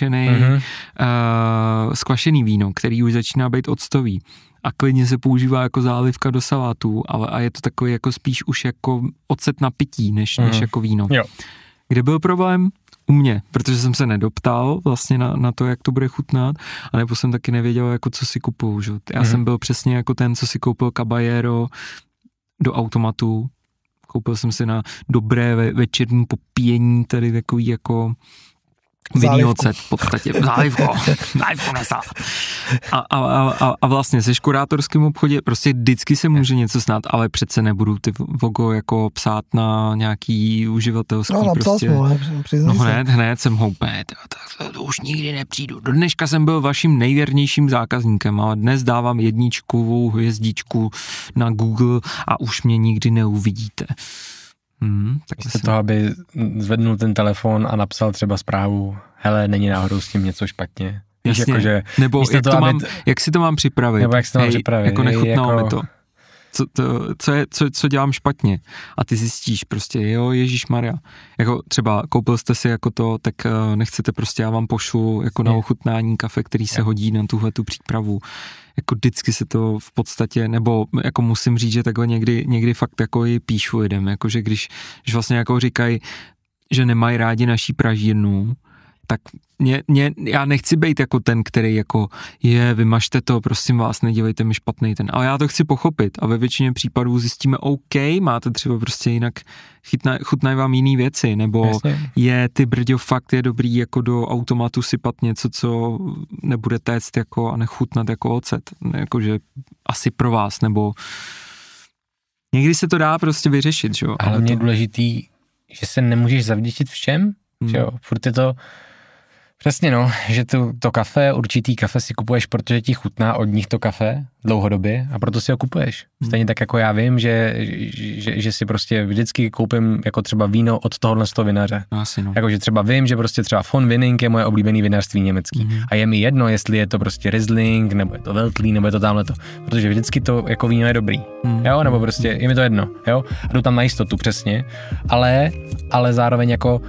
skvašený víno, který už začíná být octový a klidně se používá jako zálivka do salátů, a je to takový jako spíš už jako ocet na pití, než jako víno. Jo. Kde byl problém? U mě, protože jsem se nedoptal vlastně na to, jak to bude chutnat, anebo jsem taky nevěděl, jako co si kupuju. Že? Já jsem byl přesně jako ten, co si koupil Caballero do automatu. Koupil jsem si na dobré večerní popíjení, tady takový jako vinný ocet v podstatě. Zálivko nesát. A vlastně se kurátorským obchodě prostě vždycky se může něco snát, ale přece nebudu ty vogo jako psát na nějaký uživatelský prostě. No hned jsem houpé, to už nikdy nepřijdu. Do dneška jsem byl vaším nejvěrnějším zákazníkem, ale dnes dávám 1 hvězdičku na Google a už mě nikdy neuvidíte. Tak místo toho, aby zvednul ten telefon a napsal třeba zprávu, hele, není náhodou s tím něco špatně. Jasně, jako, že nebo jak si to mám připravit. Nebo jak si to mám připravit. Jako nechutnalo mi to. Co dělám špatně? A ty zjistíš prostě, jo, ježišmarja. Jako třeba koupil jste si jako to, tak nechcete prostě, já vám pošlu jako na ochutnání kafe, který se hodí na tuhletu přípravu. Jako vždycky se to v podstatě, nebo jako musím říct, že takhle někdy fakt jako i píšu lidem, jakože když vlastně jako říkají, že nemají rádi naší pražírnu, tak já nechci být jako ten, který jako vymažte to, prosím vás, nedělejte mi špatný ten, ale já to chci pochopit a ve většině případů zjistíme, OK, máte třeba prostě jinak, chutnají vám jiný věci, nebo ty brďo, fakt je dobrý jako do automatu sypat něco, co nebude téct jako a nechutnat jako ocet, jakože asi pro vás, nebo někdy se to dá prostě vyřešit, že jo. Ale mě je důležitý, že se nemůžeš zavděčit všem, že jo, furt je to. Přesně no, že to kafe, určitý kafe si kupuješ, protože ti chutná od nich to kafe dlouhodobě a proto si ho kupuješ. Stejně tak jako já vím, že si prostě vždycky koupím jako třeba víno od tohohle z toho vinaře. Asi no. Jakože třeba vím, že prostě třeba von Winning je moje oblíbený vinařství německý. A je mi jedno, jestli je to prostě Riesling, nebo je to Veltlín, nebo je to tamhleto. Protože vždycky to jako víno je dobrý. Jo, nebo prostě je mi to jedno, jo. A jdu tam na jistotu přesně, ale zároveň jako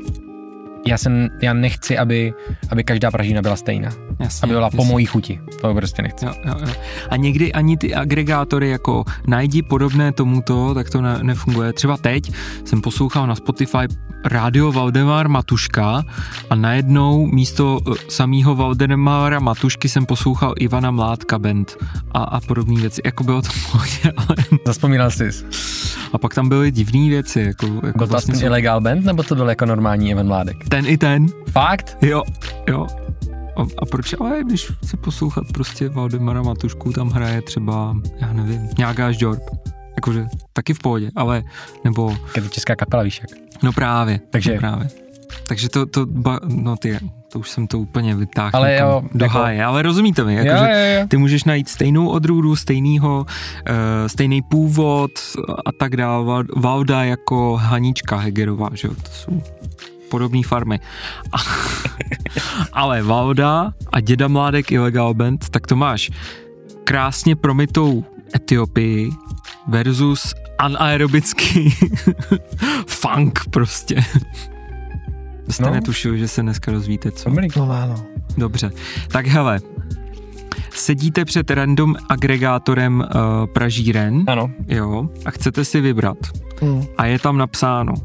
já nechci, aby každá pražírna byla stejná. Jasně, aby byla po mojí chuti. To prostě nechci. Jo. A někdy ani ty agregátory jako najdi podobné tomuto, tak to nefunguje. Třeba teď jsem poslouchal na Spotify rádio Valdemar Matuška a najednou místo samého Valdemara Matušky jsem poslouchal Ivana Mládka band a podobné věci. Jako bylo to pohodě, ale. Zaspomínal jsi. A pak tam byly divné věci. Jako byl to vlastně ilegál band, nebo to byl jako normální Ivan Mládek? Ten i ten. Fakt? Jo. A proč ale, když se poslouchat prostě Valdemara Matušku, tam hraje třeba, já nevím, nějaká Žďorb. Jakože taky v pohodě, ale, nebo. Je to česká kapela, víš jak? No právě. Takže to už jsem to úplně vytáhl do háje, ale rozumíte mi, jakože ty můžeš najít stejnou odrůdu, stejný původ a tak dále. Valda jako Hanička Hegerová, že jo, to jsou podobné farmy. Ale Valda a Děda Mládek Illegal Band, tak to máš krásně promytou Etiopii versus anaerobický funk prostě. Jste netušil, že se dneska rozvíte, co? No. Dobře, tak hele, sedíte před random agregátorem pražíren, ano. Jo, a chcete si vybrat. A je tam napsáno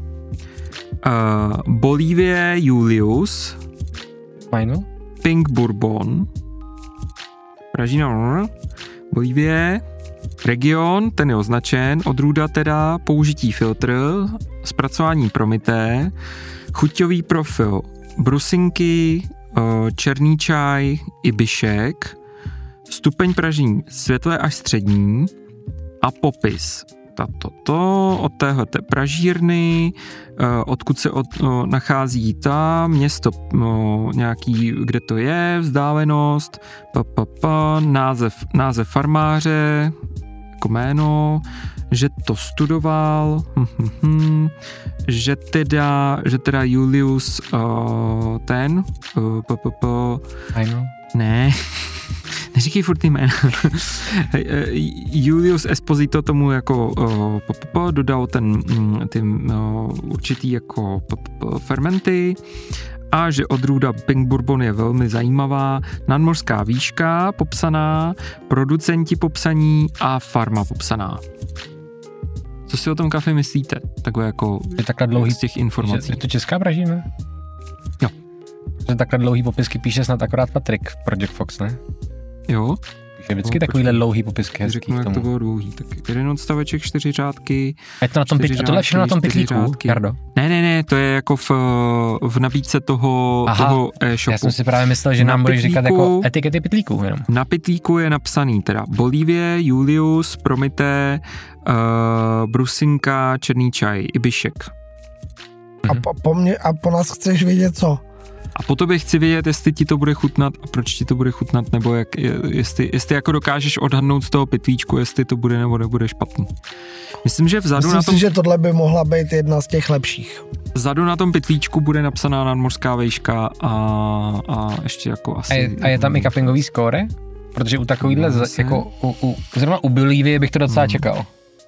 Bolívie Julius, Final? Pink Bourbon, pražína, Bolívie, Region, ten je označen, odrůda teda, použití filtr, zpracování promité, chuťový profil, brusinky, černý čaj, ibišek, stupeň pražení světlé až střední a popis. Od téhleté pražírny, odkud se nachází ta město nějaký, kde to je, vzdálenost, název farmáře, jako jméno, že to studoval, že teda Julius ne, neříkej furt jména. Julius Esposito tomu jako dodal ty určitý jako fermenty a že odrůda Pink Bourbon je velmi zajímavá, nadmořská výška popsaná, producenti popsaní a farma popsaná. Co si o tom kafe myslíte? Takhle jako je takhle dlouhý z těch informací. Je to česká pražírna? Jo. Že takhle dlouhý popisky píše snad akorát Patrik v Project Fox, ne? Jo. Píše vždycky takovýhle dlouhý popisky hezký řeknu, k tomu. Jak to bylo dlouhý, tak jeden odstaveček, 4 řádky. A je to na tom a tohle všechno na tom pitlíku, Jardo? Ne, to je jako v nabídce toho e-shopu. Já jsem si právě myslel, že nám budeš říkat jako etikety pitlíků jenom. Na pitlíku je napsaný teda Bolívie, Julius, Promité, brusinka, černý čaj, ibišek. A po nás chceš vědět co? A po tobě chci vědět, jestli ti to bude chutnat a proč ti to bude chutnat, nebo jestli jako dokážeš odhadnout z toho pitlíčku, jestli to bude nebo nebude špatný. Myslím, že Myslím si, že tohle by mohla být jedna z těch lepších. Vzadu na tom pitlíčku bude napsaná nadmořská výška a ještě jako asi... A je tam i cuppingový skóre? Protože u takovýhle, jako zrovna u Bolívie bych to docela čekal.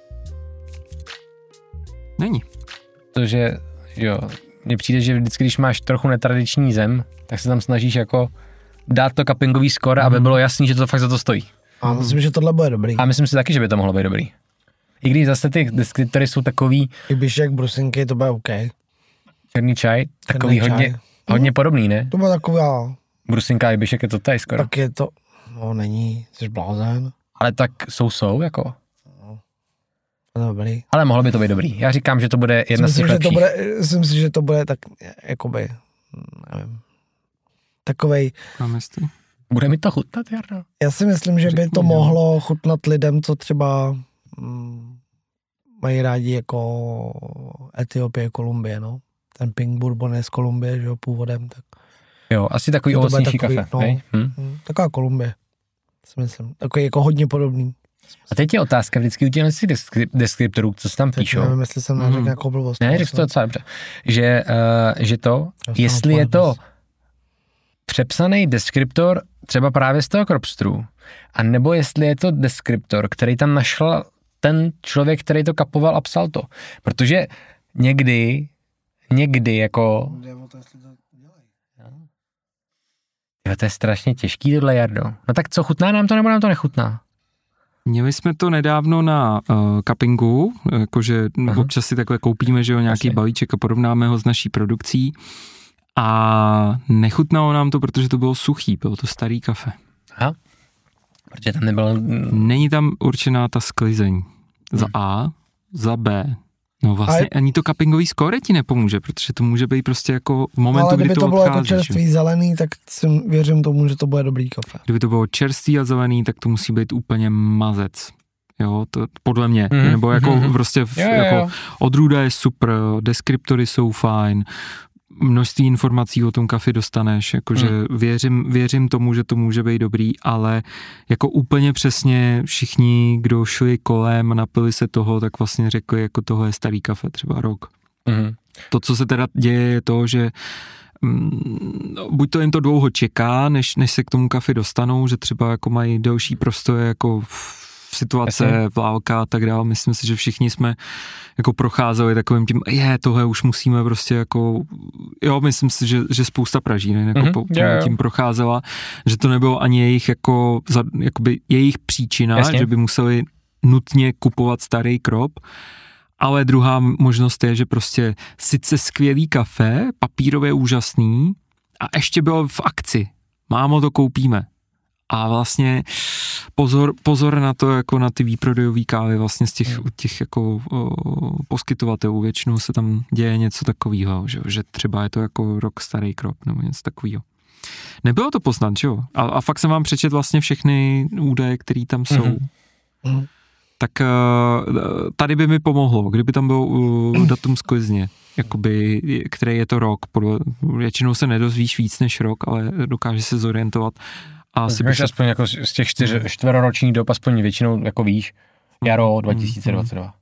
Není. Protože, jo, mně přijde, že vždycky, když máš trochu netradiční zem, tak se tam snažíš jako dát to cuppingový skóre, aby bylo jasný, že to fakt za to stojí. A myslím, že tohle bude dobrý. A myslím si taky, že by to mohlo být dobrý. I když zase ty deskriptory jsou takový... Ibišek, brusinky, to bude OK. Černý čaj, takový hodně podobný, ne? To bude taková... Brusinka a ibišek je to tady skoro. Tak je to... No není, jsi blázen. Ale tak jsou jako... Dobrý. Ale mohlo by to být dobrý. Já říkám, že to bude jedna z těch lepších. Myslím si, že to bude tak, jakoby, nevím, takovej... Bude mi to chutnat, Jarno? Já si myslím, že by to mohlo chutnat lidem, co třeba mají rádi jako Etiopie, Kolumbie, no. Ten Pink Bourbon je z Kolumbie, že jo, původem, tak... Jo, asi takový ovocnější kafe, no, taková Kolumbie, si myslím. Takový jako hodně podobný. A teď je otázka vždycky u těch deskriptorů, co se tam píšou. Nevím, jestli jsem neřekl nějakou blbost. Ne, řekl to docela dobře. Že to, jestli je to přepsaný deskriptor třeba právě z toho Kropstru, a nebo jestli je to deskriptor, který tam našel ten člověk, který to kapoval a psal to. Protože někdy jako... Jo, to je strašně těžký tohle, Jardo. No tak co, chutná nám to, nebo nám to nechutná? Měli jsme to nedávno na cuppingu, jakože občas si takhle koupíme, že jo, nějaký balíček a porovnáme ho s naší produkcí a nechutnalo nám to, protože to bylo suchý, bylo to starý kafe. Aha, protože tam nebylo... Není tam určená ta sklizeň. Za A, za B. No vlastně ani to cuppingový skóre ti nepomůže, protože to může být prostě jako v momentu, kdy to odchází. Ale kdyby to bylo jako čerstvý zelený, tak si věřím tomu, že to bude dobrý kafe. Kdyby to bylo čerstvý a zelený, tak to musí být úplně mazec. Jo, to podle mě. Nebo jako prostě jako odrůda je super, deskriptory jsou fajn, množství informací o tom kafi dostaneš, jakože věřím tomu, že to může být dobrý, ale jako úplně přesně všichni, kdo šli kolem a napili se toho, tak vlastně řekli, jako tohle je starý kafe, třeba rok. To, co se teda děje, je to, že buď to jen to dlouho čeká, než se k tomu kafi dostanou, že třeba jako mají delší prostoje jako situace, válka a tak dále. Myslím si, že všichni jsme jako procházeli takovým tím, tohle už musíme prostě jako, myslím si, že spousta pražíren jako tím procházela, že to nebylo ani jejich jakoby jejich příčina, že by museli nutně kupovat starý krop, ale druhá možnost je, že prostě sice skvělý kafe, papírově úžasný a ještě bylo v akci. Mámo, to koupíme. A vlastně pozor na to, jako na ty výprodejové kávy vlastně z těch jako poskytovatelů. Většinou se tam děje něco takového, že třeba je to jako rok starý krop nebo něco takového. Nebylo to poznat, že jo? A fakt jsem vám přečet vlastně všechny údaje, které tam jsou. Mm-hmm. Tak tady by mi pomohlo, kdyby tam bylo datum sklizně, jakoby, který je to rok. Většinou se nedozvíš víc než rok, ale dokáže se zorientovat. A tak aspoň jako z těch čtveroročních dob, aspoň většinou jako víš, jaro 2022.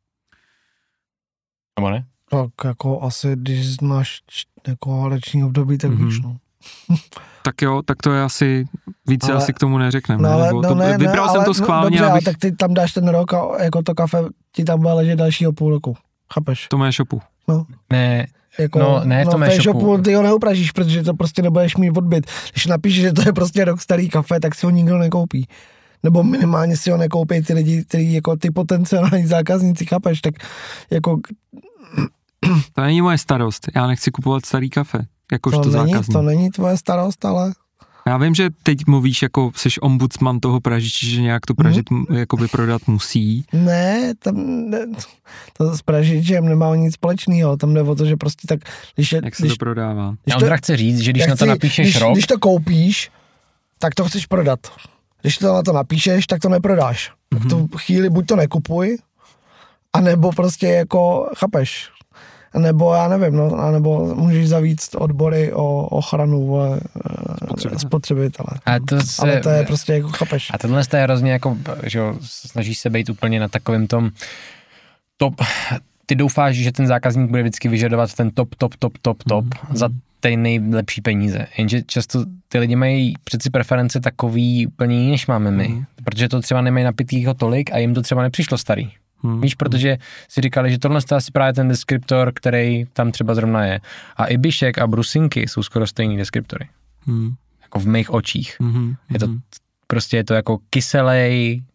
Nebo ne? Tak jako asi, když máš jako leční období, tak víš, no. Tak jo, tak to je asi, více ale, asi k tomu neřekneme. Vybral jsem to schválně, dobře, abych... tak ty tam dáš ten rok a jako to kafe ti tam bude ležet dalšího půl roku. Chápeš? To mé shopu. No. Ne, jako, ne v tom e-shopu ty ho neupražíš, protože to prostě nebudeš mít odbyt. Když napíšeš, že to je prostě rok starý kafe, tak si ho nikdo nekoupí. Nebo minimálně si ho nekoupí ty lidi, kteří jako ty potenciální zákazníci, chápeš? Tak jako... To není moje starost, já nechci kupovat starý kafe, jakožto zákazník. To není tvoje starost, ale... Já vím, že teď mluvíš jako seš ombudsman toho pražiče, že nějak to pražit jakoby prodat musí. Ne, to s pražičem nemá nic společného, tam jde o to, že prostě tak... Jak se to prodává? Ondra chce říct, že když na to napíšeš rok... Když to koupíš, tak to chceš prodat. Když to na to napíšeš, tak to neprodáš. V tu chvíli buď to nekupuj, anebo prostě jako, chápeš, nebo já nevím, no, anebo můžeš zavíct odbory o ochranu spotřebitele. Ale to je prostě jako, chápeš. A tohle je hrozně jako, že jo, snažíš se být úplně na takovém tom top. Ty doufáš, že ten zákazník bude vždycky vyžadovat ten top za ty nejlepší peníze. Jenže často ty lidi mají přeci preference takový úplně jiný, než máme my. Protože to třeba nemají napitýho tolik a jim to třeba nepřišlo starý. Víš, protože si říkali, že tohle je asi právě ten deskriptor, který tam třeba zrovna je. A Ibišek a brusinky jsou skoro stejný deskriptory. Jako v mých očích. Je to prostě je to jako kyselý,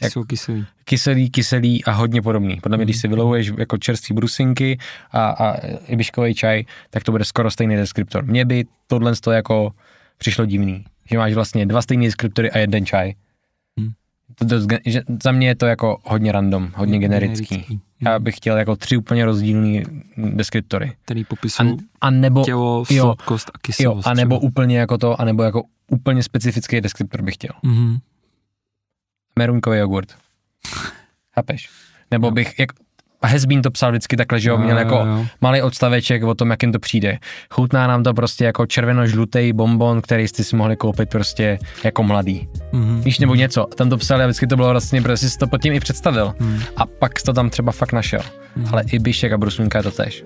kyselý a hodně podobný. Podle mě, když si vylovuješ jako čerstvý brusinky a ibiškový čaj, tak to bude skoro stejný deskriptor. Mně by tohle jako přišlo divný, že máš vlastně 2 stejný deskriptory a 1 čaj. Že za mě je to jako hodně random, hodně generický. Já bych chtěl jako 3 úplně rozdílný deskriptory. Který popisují tělo, sladkost a kyselost. A nebo úplně jako to, a nebo jako úplně specifický deskriptor bych chtěl. Meruňkový jogurt. Chápeš? Nebo bych, Hezbín to psal vždycky takhle, že jo, měl jako malý odstaveček o tom, jak jim to přijde. Chutná nám to prostě jako červeno-žlutý bonbon, který jste si mohli koupit prostě jako mladý. Víš, nebo něco. Tam to psali a vždycky to bylo vlastně, protože jsi to pod tím i představil. A pak jsi to tam třeba fakt našel. Ale i Ibišek a brusinka je to tež.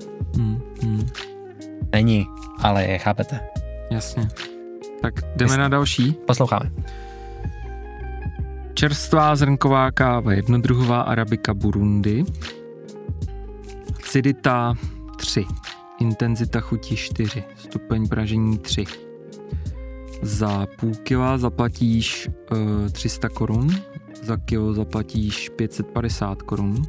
Není, ale je, chápete? Jasně. Tak jdeme na další. Posloucháme. Čerstvá zrnková káva, jednodruhová arabika Burundi. Acidita 3, intenzita chuti 4, stupeň pražení 3. Za půl kila zaplatíš 300 korun, za kilo zaplatíš 550 korun.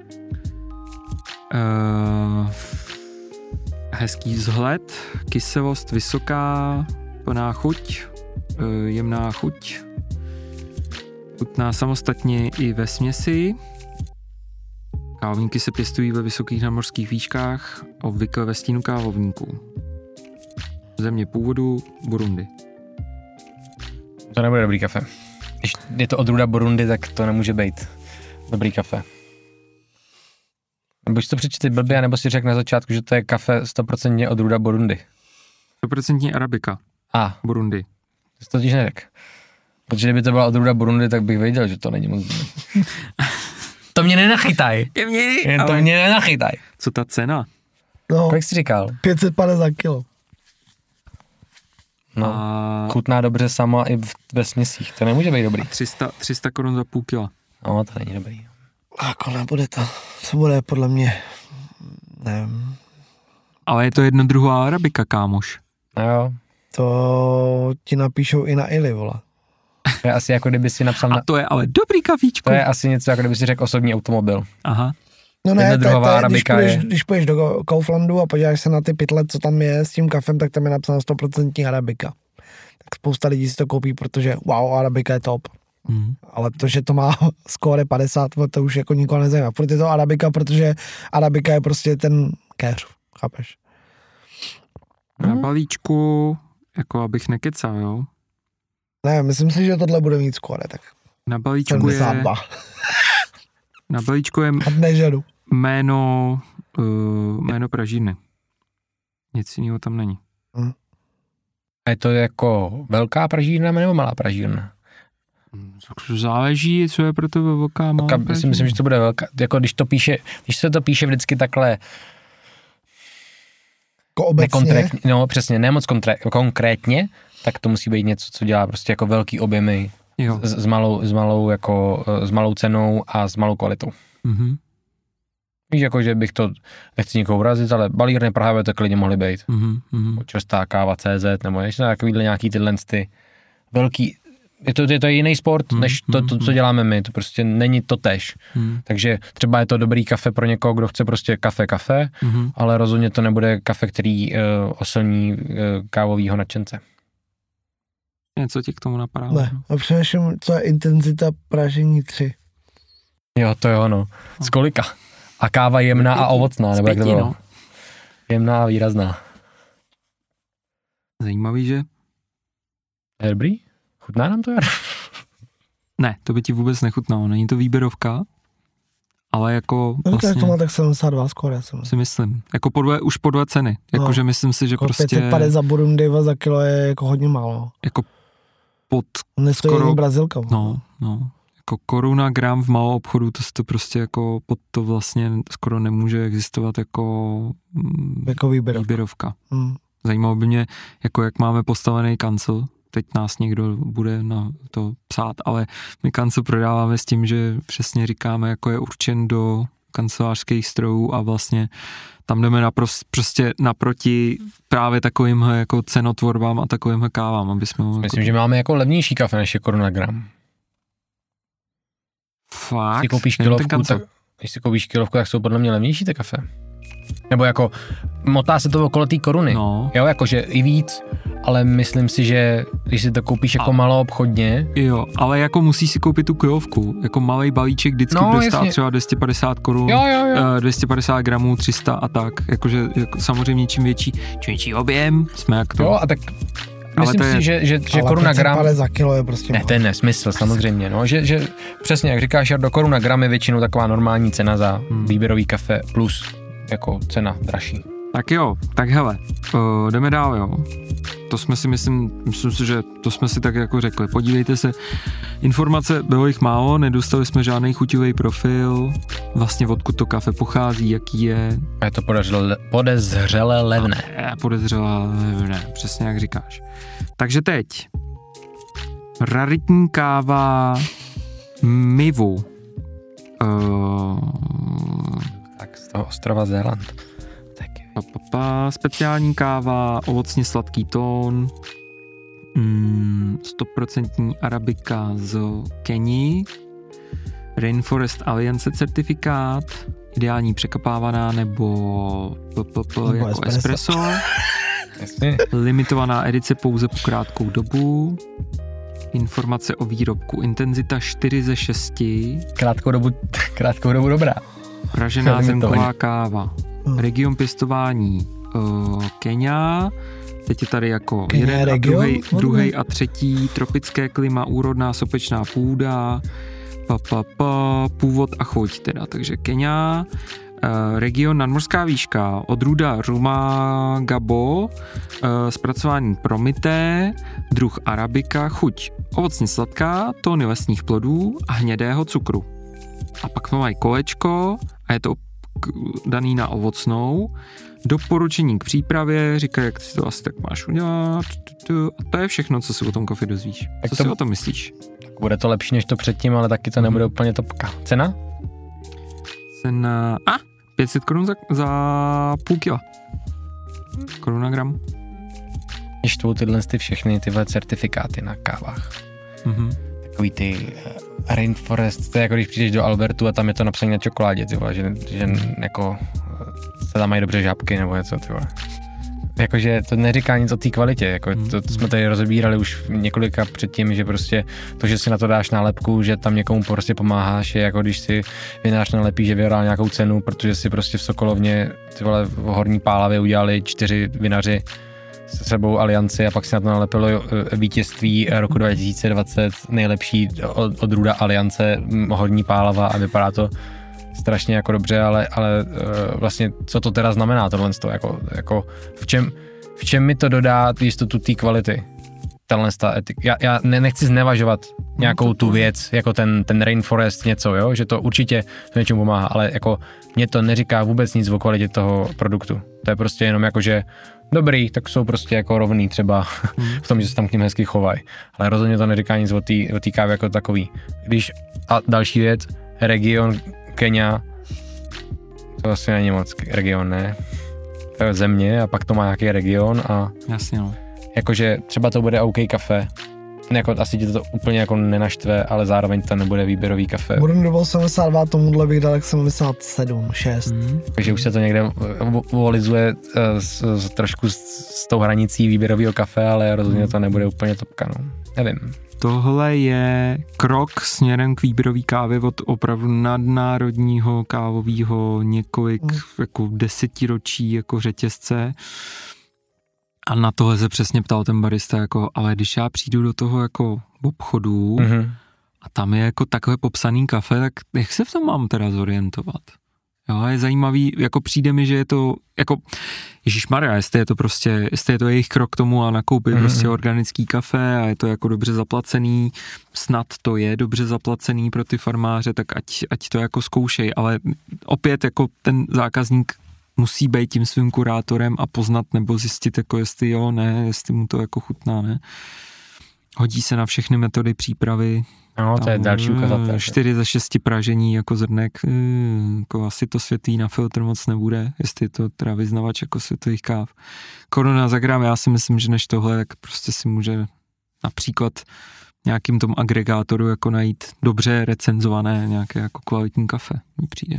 Hezký vzhled, kyselost vysoká, plná chuť, jemná chuť. Chutná samostatně i ve směsi. Kávovníky se pěstují ve vysokých nadmořských výškách, obvykle ve stínu kávovníků. Země původu Burundi. To nebude dobrý kafe. Když je to odrůda Burundi, tak to nemůže být dobrý kafe. Nebo si to přečte blbě, nebo si řekl na začátku, že to je kafe 100% odrůda Burundi. 100% arabika. Burundi. To totiž neřekl. Protože kdyby to byla odrůda Burundi, tak bych věděl, že to není moc. To mě nenachytaj. To mě nenachytaj. Co ta cena? No, kolik jsi říkal? 550 kilo. No, chutná dobře sama i ve směsích. To nemůže být dobrý. 300 korun za půl kila. No, to není dobrý. Jako nebude to. Co bude podle mě? Nevím. Ale je to jednodruhová arabika, kámoš. No jo. To ti napíšou i na Ili, vole. To je asi jako kdyby si napsal A to je ale dobrý kavíčko. To je asi něco jako kdyby si řekl osobní automobil. Aha. No ne, když půjdeš do Kauflandu a podíváš se na ty pytle, co tam je s tím kafem, tak tam je napsáno 100% arabika. Tak spousta lidí si to koupí, protože wow, Arabika je top. Ale to, že to má skóre 50, to už jako nikoho nezajímá. Proto je to Arabika, protože Arabika je prostě ten keř, chápeš? Na balíčku, jako abych nekecal, jo? Ne, myslím si, že tohle bude mít skóre, tak Na balíčku 72. Na balíčku je Nežadu. jméno pražírny. Nic jiného tam není. A je to jako velká pražírna nebo malá pražírna? Záleží, co je pro tebe velká, malá pražírna. Já si myslím, že to bude velká. Jako když se to píše vždycky takhle Obecně. No přesně, ne moc konkrétně, tak to musí být něco, co dělá prostě jako velký objemy s malou cenou a s malou kvalitou. Mm-hmm. Víš, jako, že bych to, nechci nikoho urazit, ale balírny Praha by to klidně mohly být. Čerstvá káva CZ, nebo ještě takovýhle nějaký tyhle ty velký, je to jiný sport, než to, co děláme my, to prostě není to též. Takže třeba je to dobrý kafe pro někoho, kdo chce prostě kafe, ale rozhodně to nebude kafe, který oslní kávovýho nadšence. Něco tě k tomu napadá? Ne, a přemýšlím, co je intenzita pražení 3. Jo, to jo, no. Z kolika? A káva jemná a ovocná, nebo jak to bylo? No. Jemná a výrazná. Zajímavý, že? Je dobrý? Chutná nám to, Jar? Ne, to by ti vůbec nechutnalo. Není to výběrovka, ale jako vlastně... Jak to má tak 72 skoro, já si myslím. Jako už po 2 ceny. Jakože myslím si, že prostě... 550 za Burundi za kilo je jako hodně málo. Jako pod... Nestojí Brazilka. No. Jako koruna gram v malou obchodu, to prostě jako pod to vlastně skoro nemůže existovat jako výběrovka. Zajímalo by mě, jako jak máme postavený kancel. Teď nás někdo bude na to psát, ale my kancel prodáváme s tím, že přesně říkáme, jako je určen do kancelářských strojů a vlastně tam jdeme prostě naproti právě takovýmhle jako cenotvorbám a takovýmhle kávám, aby jsme... Myslím, že máme jako levnější kafe než je koruna gram. Fakt? Když si koupíš kilovku, tak jsou podle mě levnější ty kafe. Nebo jako, motá se to okolo té koruny. No. Jo, jakože i víc, ale myslím si, že když si to koupíš jako maloobchodně. Jo, ale jako musíš si koupit tu kilovku. Jako malej balíček vždycky bude stát třeba 250 korun, 250 gramů, 300 a tak. Jakože jako samozřejmě čím větší objem, jsme jak to. Jo, a tak myslím si, že koruna gram... Ale za kilo je prostě... Ne, to je nesmysl, samozřejmě. No, že přesně, jak říkáš, do koruna gram je většinou taková normální cena za výběrový kafe plus jako cena dražší. Tak jo, tak hele, jdeme dál, jo. To jsme si myslím si, že to jsme si tak jako řekli. Podívejte se, informace bylo jich málo, nedostali jsme žádný chuťový profil, vlastně odkud to kafe pochází, jaký je. A je to podezřele levné. Podezřele levné, přesně jak říkáš. Takže teď, raritní káva Mivu. Tak z toho ostrova Zéland. Speciální káva, ovocně sladký tón, 100% arabika z Keni, Rainforest Alliance certifikát, ideální překapávaná nebo jako espresso. Limitovaná edice pouze po krátkou dobu. Informace o výrobku. Intenzita 4 ze 6. Krátkou dobu dobrá. Pražená zrnková káva. Region pěstování Kenia. Teď je tady jako jeden a druhý a třetí. Tropické klima, úrodná sopečná půda. Původ a chuť teda. Takže Kenia. Region nadmořská výška, odrůda Rumagabo, zpracování promité, druh arabika, chuť ovocně sladká, tóny lesních plodů a hnědého cukru. A pak mají kolečko a je to daný na ovocnou. Doporučení k přípravě, říkají, jak si to asi tak máš udělat. A to je všechno, co si o tom kafi dozvíš. Co si o tom myslíš? Bude to lepší než to předtím, ale taky to nebude úplně topka. Cena? Cena... 500 korun za půl kila. Koruna gram. Štvou tyhle všechny tyhle certifikáty na kávách. Takový ty Rainforest, to je jako když přijdeš do Albertu a tam je to napsané na čokoládě, že jako se tam mají dobře žábky nebo něco, jakože to neříká nic o té kvalitě, jako to jsme tady rozebírali už několika předtím, že prostě to, že si na to dáš nálepku, že tam někomu prostě pomáháš, je jako když si vinař nalepí, že vyhrál nějakou cenu, protože si prostě v Sokolovně ty vole v Horní Pálavě udělali 4 vinaři se sebou alianci a pak si na to nalepilo vítězství roku 2020 nejlepší odrůda aliance Horní Pálava a vypadá to strašně jako dobře, ale vlastně co to teda znamená tohle, jako v čem mi to dodá jistotu té kvality? Já nechci znevažovat nějakou tu věc, jako ten rainforest něco, jo, že to určitě to něčemu pomáhá, ale jako mě to neříká vůbec nic o kvalitě toho produktu. To je prostě jenom jako, že dobrý, tak jsou prostě jako rovný třeba v tom, že se tam k ním hezky chovají. Ale rozhodně to neříká nic o té kávě jako takový. A další věc, region Kenya, to asi není moc region, ne? To je země a pak to má nějaký region a jasně, no. Jakože třeba to bude OK kafe, jako asi ti to úplně jako nenaštve, ale zároveň to nebude výběrový kafe. Budem do 72, tomuhle bych dal jak 77, 6. Takže už se to někde volizuje trošku s tou hranicí výběrového kafe, ale rozhodně to nebude úplně topka, no. Nevím. Tohle je krok směrem k výběrový kávě od opravdu nadnárodního kávového několik jako desetiročí jako řetězce. A na tohle se přesně ptal ten barista, jako, ale když já přijdu do toho jako obchodu a tam je jako takové popsaný kafe, tak jak se v tom mám teda zorientovat? Jo, je zajímavý, jako přijde mi, že je to, jako, ježišmarja, jestli je to jejich krok k tomu a nakoupit prostě organický kafe a je to jako dobře zaplacený, snad to je dobře zaplacený pro ty farmáře, tak ať to jako zkoušej, ale opět jako ten zákazník musí být tím svým kurátorem a poznat nebo zjistit, jako jestli jo, ne, jestli mu to jako chutná, ne. Hodí se na všechny metody přípravy. No, to je další ukazatel. 4 ze 6 pražení jako zrnek, jako asi to světlý na filtr moc nebude, jestli je to teda vyznavač jako světlých káv. Koruna za gram, já si myslím, že než tohle, tak prostě si může například nějakým tom agregátoru jako najít dobře recenzované nějaké jako kvalitní kafe, mi přijde.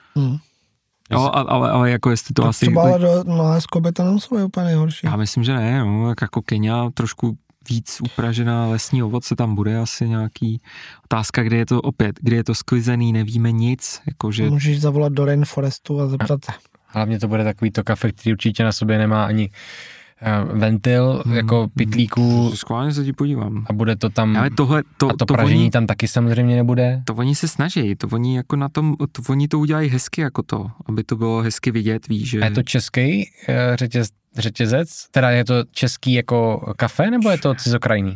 Jo, ale jako jestli to tak asi... Třeba ale do Nohésko by to nemuselo úplně nejhorší. Já myslím, že ne, no, tak jako Kenya trošku víc upražená lesní ovoce tam bude asi nějaký. Otázka, kde je to sklizený, nevíme nic, jakože... Můžeš zavolat do Rainforestu a zeptat se. Hlavně to bude takový to kafe, který určitě na sobě nemá ani ventil, jako pytlíků. Skválně se ti podívám. A bude to tam, ale to pražení tam taky samozřejmě nebude. To oni se snaží, to oni jako na tom, oni to udělají hezky jako to, aby to bylo hezky vidět, víš, že... A je to český řetězec? Teda je to český jako kafe, nebo je to cizokrajný?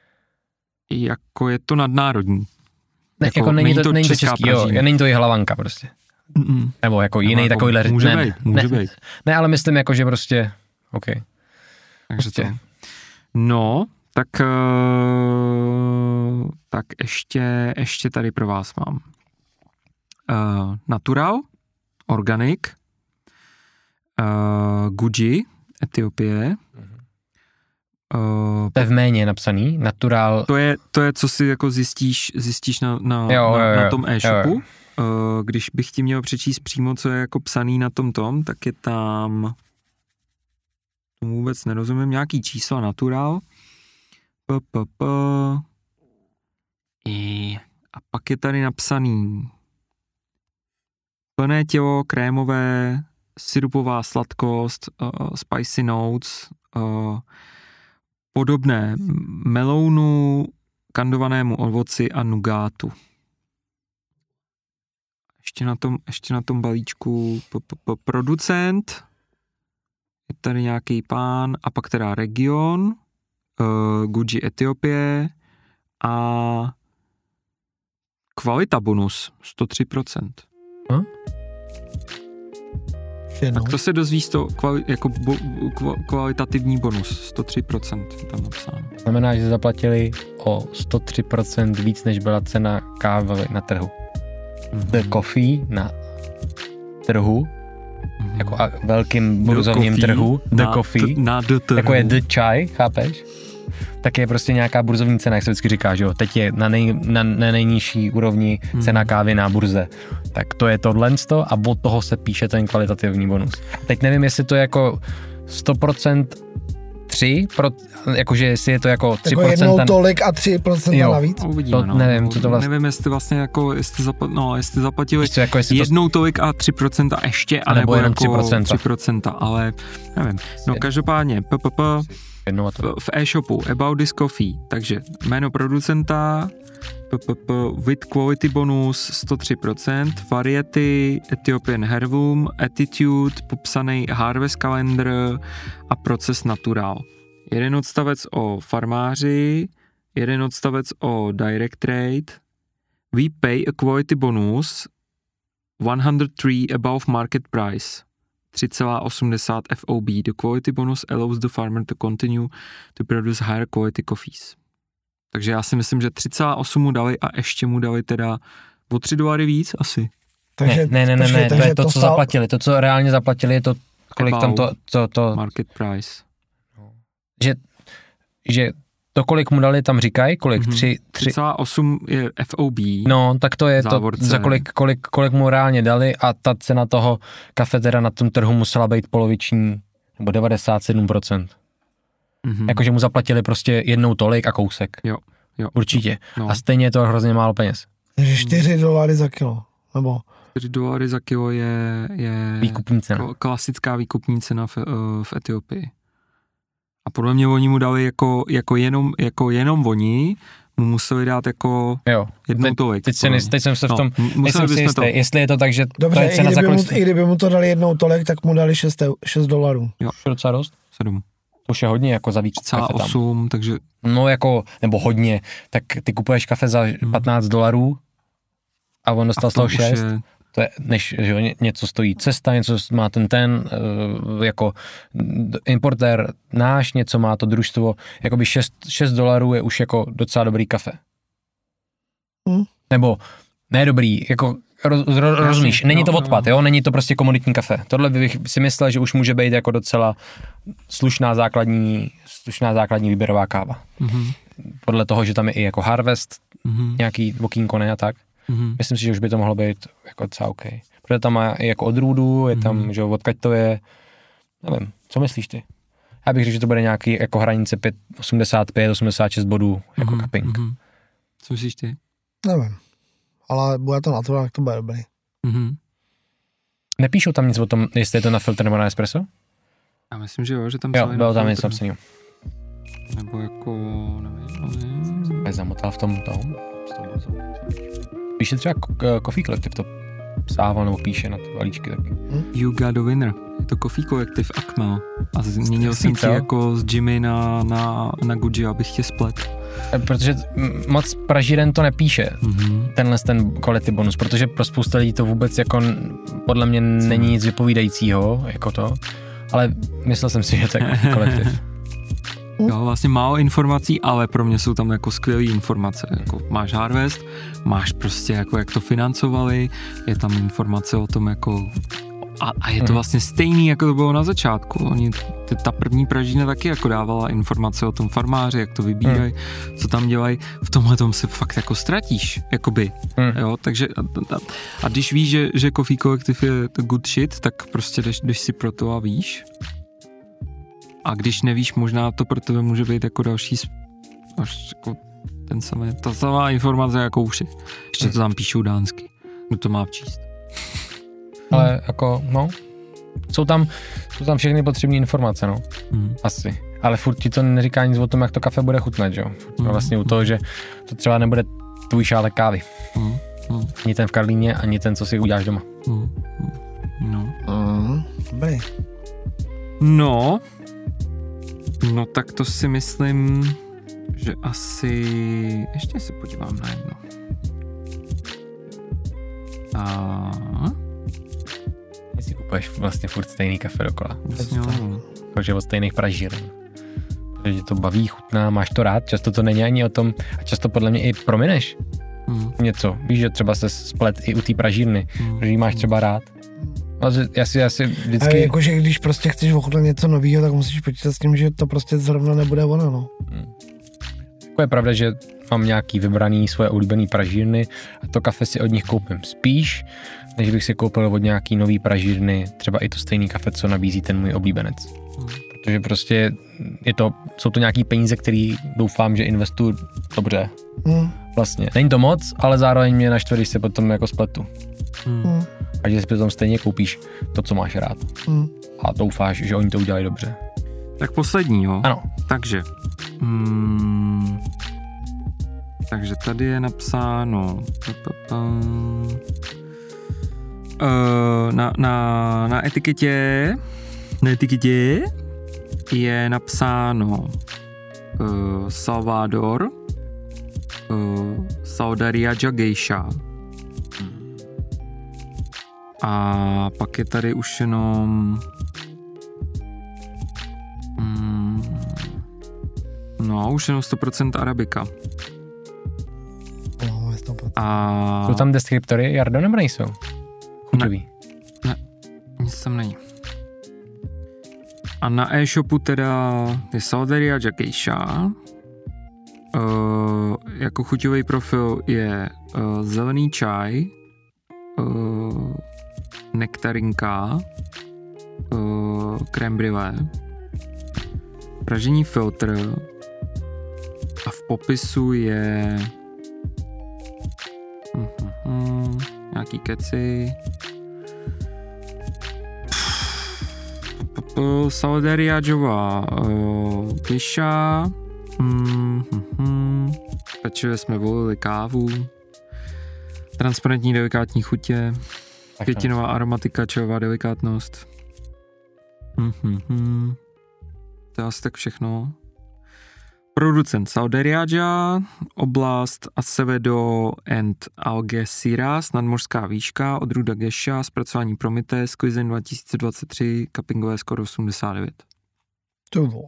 Jako je to nadnárodní. Jako není to český, jo, není to Jihlavanka prostě. Nebo jako jiný jako takovýhle... Může být. Ne, ale myslím jako, že prostě, OK. Takže prostě. To. No, tak ještě tady pro vás mám. Natural, Organic, Guji, Etiopie. To je v méně napsaný, Natural. To je, co si jako zjistíš na tom e-shopu. Když bych ti měl přečíst přímo, co je jako psaný na tom, tak je tam, tomu vůbec nerozumím, nějaký číslo Natural. A pak je tady napsaný plné tělo, krémové, sirupová sladkost, spicy notes, podobné melounu, kandovanému ovoci a nugátu. Ještě na tom balíčku producent, je tady nějaký pán a pak teda region, Guji Etiopie a kvalita bonus 103%. Tak to se dozví kvalitativní bonus 103% tam napsáno. Znamená, že zaplatili o 103% víc, než byla cena kávy na trhu. The coffee na trhu, jako velkým burzovním trhu, the coffee, jako je the chai, chápeš? Tak je prostě nějaká burzovní cena, jak se vždycky říká, že jo, teď je na nejnižší úrovni cena kávy na burze. Tak to je tohleto a od toho se píše ten kvalitativní bonus. Teď nevím, jestli to je jako 100% 3, jakože jestli je to jako 3%. Jako jednou tolik a 3% navíc? Uvidíme, to, nevím, co to vlastně. Nevím, jestli vlastně jako, jestli zaplatili jako jednou tolik a 3% ještě, anebo jenom jako 3%, ale nevím. No každopádně, v e-shopu About This Coffee, takže jméno producenta, with quality bonus 103%, variety, Ethiopian heirloom, attitude, popsaný harvest calendar a proces natural. Jeden odstavec o farmáři, jeden odstavec o direct trade. We pay a quality bonus 103 above market price. 3,80 FOB. The quality bonus allows the farmer to continue to produce higher quality coffees. Takže já si myslím, že 3,8 mu dali a ještě mu dali teda o $3 víc asi. Takže, ne, to je to, co zaplatili. To, co reálně zaplatili, je to, kolik tam to... Market price. Že to, kolik mu dali, tam říkají, kolik? 3,8 je FOB. No, tak to je závorce. To, za kolik mu reálně dali a ta cena toho kafe teda na tom trhu musela být poloviční, nebo 97%. Jakože mu zaplatili prostě jednou tolik a kousek. Jo. Určitě. No. A stejně je to hrozně málo peněz. Takže $4 za kilo, nebo... $4 za kilo je výkupní cena. Klasická výkupní cena v Etiopii. A podle mě oni mu dali jako jenom oni mu museli dát jako jednou tolik. Teď jsem se v tom, nejsem si jistý, jestli je to tak, že dobře, to je cena za kolik. I kdyby mu to dali jednou tolik, tak mu dali $6. Jo. Docela dost? 7. To už je hodně jako za výkup kafe tam. 8, takže... No jako, nebo hodně, tak ty kupuješ kafe za $15 a on dostal z toho 6. To je, než že něco stojí cesta, něco má ten jako importér náš, něco má to družstvo, jakoby $6 je už jako docela dobrý kafe. Nebo ne dobrý, jako rozumíš, není to odpad, jo, není to prostě komoditní kafe. Tohle bych si myslel, že už může být jako docela slušná základní výběrová káva. Podle toho, že tam je i jako harvest, nějaký okýnko, ne a tak. Myslím si, že už by to mohlo být jako docela OK. Protože tam má i jako odrůdu, je tam, že odkaď to je, nevím, co myslíš ty? Já bych řekl, že to bude nějaký jako hranice 85-86 bodů jako cupping. Co myslíš ty? Nevím, ale bude to naturál, jak to bude dobrý. Nepíšou tam nic o tom, jestli je to na filtr nebo na espresso? Já myslím, že jo, že tam bylo tam něco napsaného. Nebo jako, nevím. Já zamotal v tom. Píše třeba Coffee Collective, to psával nebo píše na ty balíčky taky. You got a winner. Je to Coffee Collective Akmel. A změnil jsem ti jako z Jimmy na Gucci, abych tě splet. Protože moc pražíren to nepíše, ten quality bonus, protože pro spoustu lidí to vůbec jako podle mě není nic vypovídajícího, jako to, ale myslel jsem si, že to je Coffee Collective. Jo, vlastně málo informací, ale pro mě jsou tam jako skvělé informace. Jako máš harvest, máš prostě jako jak to financovali, je tam informace o tom jako a je to vlastně stejný, jako to bylo na začátku. Ta první pražína taky jako dávala informace o tom farmáři, jak to vybírají, co tam dělají. V tomhle tom se fakt jako ztratíš, jakoby. Jo, takže a když víš, že Coffee Collective je to good shit, tak prostě jdeš si pro to a víš. A když nevíš, možná to pro tebe může být jako další jako ta samá informace jako uši. Ještě to tam píšou dánsky. Kdo to má číst? Ale jako, no, jsou tam všechny potřebné informace, no. Asi. Ale furt ti to neříká nic o tom, jak to kafe bude chutnat, jo. Vlastně u toho, že to třeba nebude tvůj šálek kávy. Ani ten v Karlíně, ani ten, co si uděláš doma. No. Dobrý. No, tak to si myslím, že asi... Ještě se podívám na jedno. Jestli kupuješ vlastně furt stejný kafe dokola. Vlastně, takže od stejných pražíren. Protože tě to baví, chutná, máš to rád, často to není ani o tom, a často podle mě i promineš něco. Víš, že třeba se splet i u té pražírny, že ji máš třeba rád. Já si vždycky... A jakože když prostě chceš ochutnat něco nového, tak musíš počítat s tím, že to prostě zrovna nebude ono, no. Jako je pravda, že mám nějaký vybraný svoje oblíbený pražírny a to kafe si od nich koupím spíš, než bych si koupil od nějaký nový pražírny, třeba i to stejný kafe, co nabízí ten můj oblíbenec. Protože prostě jsou to nějaký peníze, který doufám, že investuju dobře. Vlastně. Není to moc, ale zároveň mě naštve, když se potom jako spletu. A že si potom stejně koupíš to, co máš rád. A doufáš, že oni to udělají dobře. Tak poslední, jo? Ano. Takže tady je napsáno na etiketě je napsáno Salvador Saudariaja Geisha. A pak je tady už jenom už jenom 100% arabika. No, 100%. A Jsou tam deskriptory, Jardo, nebo nejsou? Chuťový. Ne, nic tam není. A na e-shopu teda je Saudariaja Geisha. Jako chuťový profil je zelený čaj, nektarinka, crème brûlée, pražení filtr a v popisu je nějaký keci. Saudariajová geisha. Pečlivě jsme volili kávu. Transparentní delikátní chutě. Květinová aromatika, čajová delikátnost. To je asi tak všechno. Producent Saudariaja, oblast Acevedo and Algeciras, nadmořská výška, odrůda geisha, zpracování promité, sklizeň 2023, cuppingové skoro 89. To bylo.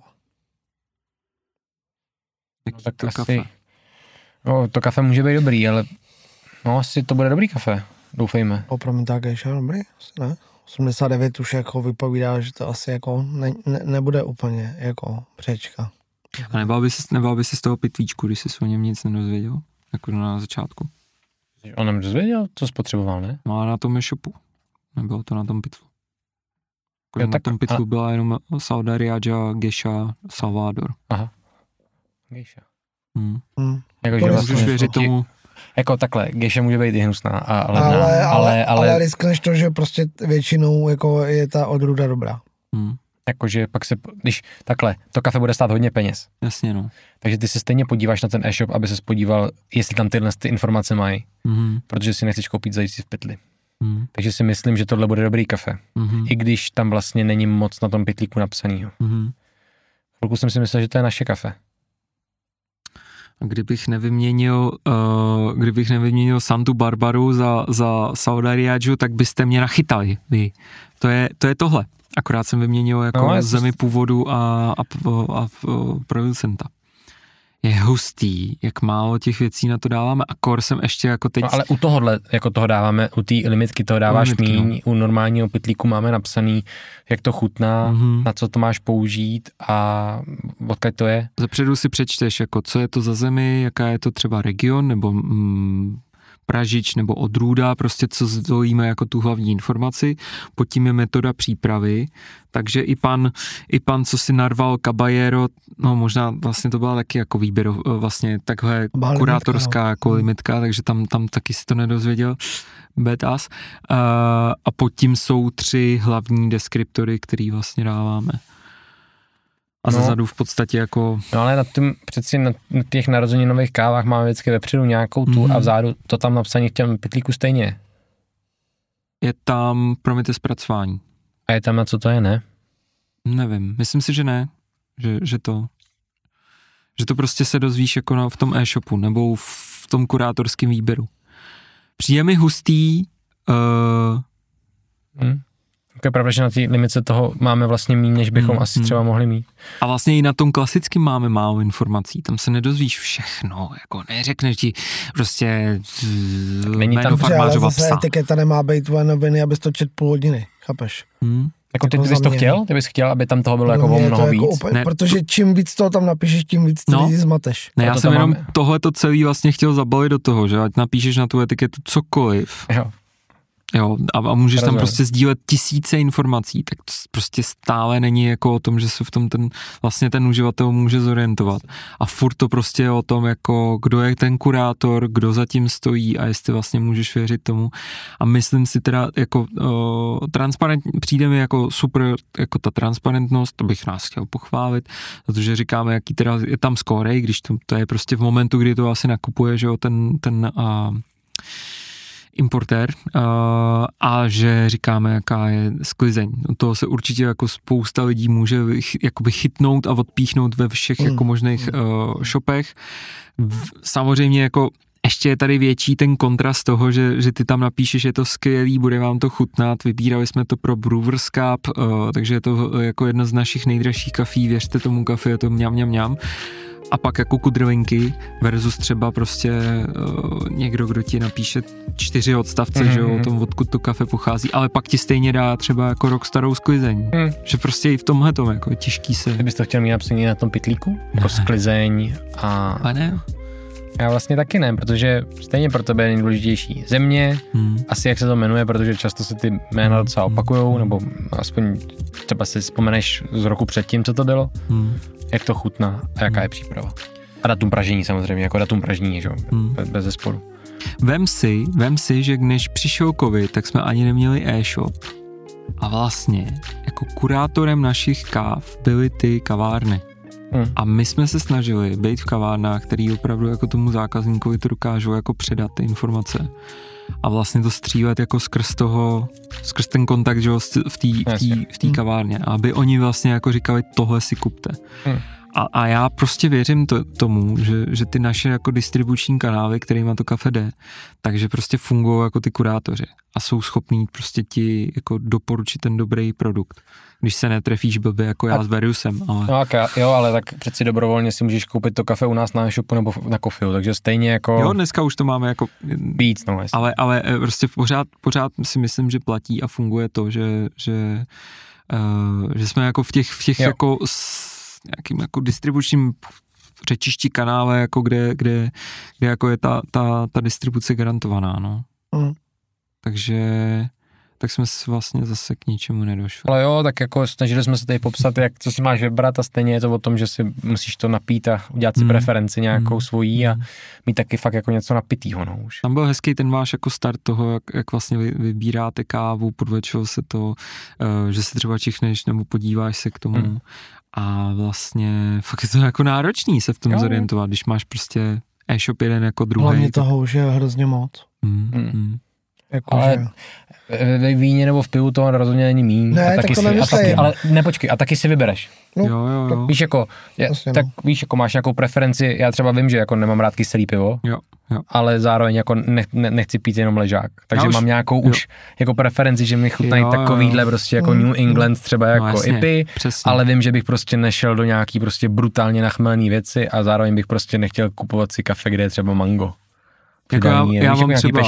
Jaký tak to asi, kafe? No, to kafe může být dobrý, ale asi to bude dobrý kafe, doufejme. Popromítá geisha, dobrý? Asi ne. 89 už jako vypovídá, že to asi jako nebude úplně jako přečka. A nebál by si z toho pitvíčku, když jsi o něm nic nedozvěděl? Jako na začátku. On nám dozvěděl, co spotřeboval, ne? No a na tom e-shopu. Nebylo to na tom pitvu. Jo, na tom pitvu byla jenom Saudariaja, Geisha, Salvador. Aha. Geisha. Jako, že vlastně můžeš věřit tomu. Jako takhle, geisha může být i hnusná, ale riskneš to, že prostě většinou jako je ta odrůda dobrá. Jakože pak se, když takhle, to kafe bude stát hodně peněz. Jasně, no. Takže ty se stejně podíváš na ten e-shop, aby ses podíval, jestli tam tyhle ty informace mají. Protože si nechceš koupit zajíci v pytli. Takže si myslím, že tohle bude dobrý kafe. I když tam vlastně není moc na tom pytlíku napsanýho. Chvilku jsem si myslel, že to je naše kafe. Kdybych nevyměnil Santu Barbaru za Saudariaju, tak byste mě nachytali vy. To je tohle. Akorát jsem vyměnil jako zemi původu a producenta. Je hustý, jak málo těch věcí na to dáváme, a kor jsem ještě jako teď... No ale u tohohle, jako toho dáváme, u té limitky toho dáváš míň, u normálního pytlíku máme napsaný, jak to chutná, na co to máš použít a odkud to je. Zepředu si přečteš, jako co je to za zemi, jaká je to třeba region, nebo pražič, nebo odrůda, prostě co zdojíme jako tu hlavní informaci, pod tím je metoda přípravy, takže i pan, co si narval Caballero, no možná vlastně to byla taky jako výběr, vlastně takhle kurátorská jako limitka, takže tam taky si to nedozvěděl, badass. A pod tím jsou 3 hlavní deskriptory, který vlastně dáváme. A zezadu v podstatě jako... No ale přeci na těch narozeninových kávách máme vždycky vepředu nějakou tu a vzadu to tam napsané v těm pytlíku stejně. Je tam, promiňte, zpracování. A je tam na co to je, ne? Nevím, myslím si, že ne. Že to prostě se dozvíš jako v tom e-shopu nebo v tom kurátorském výběru. Přijde mi hustý... Je pravda, že na té limitce toho máme vlastně méně, než bychom asi třeba mohli mít. A vlastně i na tom klasickém máme málo informací, tam se nedozvíš všechno, jako neřekneš ti prostě jméno farmářova psa. Zase etiketa nemá být tvoje noviny, abys to čet půl hodiny, chápeš? Jako ty bys to chtěl? Ty bys chtěl, aby tam toho bylo jako mnoho víc? Jako protože čím víc toho tam napíšeš, tím víc lidi zmateš. Ne, já jsem jenom tohleto celý vlastně chtěl zabalit do toho, že ať napíšeš na tu etiketu cokoliv. Jo. Jo, a můžeš tam prostě sdílet tisíce informací, tak to prostě stále není jako o tom, že se v tom ten uživatel může zorientovat. A furt to prostě je o tom, jako kdo je ten kurátor, kdo za tím stojí a jestli vlastně můžeš věřit tomu. A myslím si teda, jako přijde mi jako super, jako ta transparentnost, to bych nás chtěl pochválit, protože říkáme, jaký teda je tam score, když to je prostě v momentu, kdy to asi nakupuje, že jo, ten importér a že říkáme, jaká je sklizeň. To se určitě jako spousta lidí může jakoby chytnout a odpíchnout ve všech jako možných shopech. Samozřejmě jako ještě je tady větší ten kontrast toho, že ty tam napíšeš, že je to skvělý, bude vám to chutnat, vybírali jsme to pro Brewers Cup, takže je to jako jedno z našich nejdražších kafí, věřte tomu kafe, je to mňam. A pak jako kudrlinky versus třeba prostě někdo, kdo ti napíše 4 odstavce, že jo, o tom, odkud to kafe pochází, ale pak ti stejně dá třeba jako rok starou sklizeň. Že prostě i v tomhletom jako je těžký se... Ty bys to chtěl mít napsaný na tom pytlíku? Jako sklizeň a... A ne? Já vlastně taky ne, protože stejně pro tebe je nejdůležitější země, asi jak se to jmenuje, protože často se ty jména docela opakujou, nebo aspoň třeba si vzpomeneš z roku předtím, co to bylo, jak to chutná a jaká je příprava. A datum pražení samozřejmě, jako datum pražení, že? Bez zesporu. Vem si, že když přišel covid, tak jsme ani neměli e-shop a vlastně jako kurátorem našich káv byly ty kavárny. A my jsme se snažili být v kavárnách, který opravdu jako tomu zákazníkovi to dokážou jako předat ty informace a vlastně to střílet jako skrz ten kontakt, že v té kavárně, aby oni vlastně jako říkali, tohle si kupte. A já prostě věřím tomu, že ty naše jako distribuční kanály, kterýma to kafe jde, takže prostě fungují jako ty kurátoři a jsou schopní prostě ti jako doporučit ten dobrý produkt. Když se netrefíš blbě jako já s Veriusem, ale... No jo, ale tak přeci dobrovolně si můžeš koupit to kafe u nás na e-shopu nebo na Coffee, takže stejně jako... Jo, dneska už to máme jako... Víc, no jasně. Ale prostě pořád si myslím, že platí a funguje to, že jsme jako v těch jako nějakým jako distribučním řečišti kanále, jako kde jako je ta distribuce garantovaná, no. Takže tak jsme vlastně zase k ničemu nedošli. Ale jo, tak jako snažili jsme se tady popsat, co si máš vybrat a stejně je to o tom, že si musíš to napít a udělat si preferenci nějakou svojí a mít taky fakt jako něco napitýho, no už. Tam byl hezký ten váš jako start toho, jak vlastně vybíráte kávu, podvečil se to, že se třeba čichneš nebo podíváš se k tomu a vlastně fakt je to jako náročný se v tom zorientovat, když máš prostě e-shop jeden jako druhý. Hlavně toho už je hrozně moc. Jako ale ve víně nebo v pivu to rozhodně není míň. Ne, tak to nemyslím. Ale nepočkej, a taky si vybereš. No, jo. Víš jako, víš jako máš nějakou preferenci, já třeba vím, že jako nemám rád kyselý pivo, jo. Ale zároveň jako nechci pít jenom ležák. Takže mám nějakou už jako preferenci, že mi chutnají takovýhle prostě jako New England třeba jako jasně, IPy, přesně. Ale vím, že bych prostě nešel do nějaký prostě brutálně nachmelný věci a zároveň bych prostě nechtěl kupovat si kafe, kde je třeba mango. Jako já mám třeba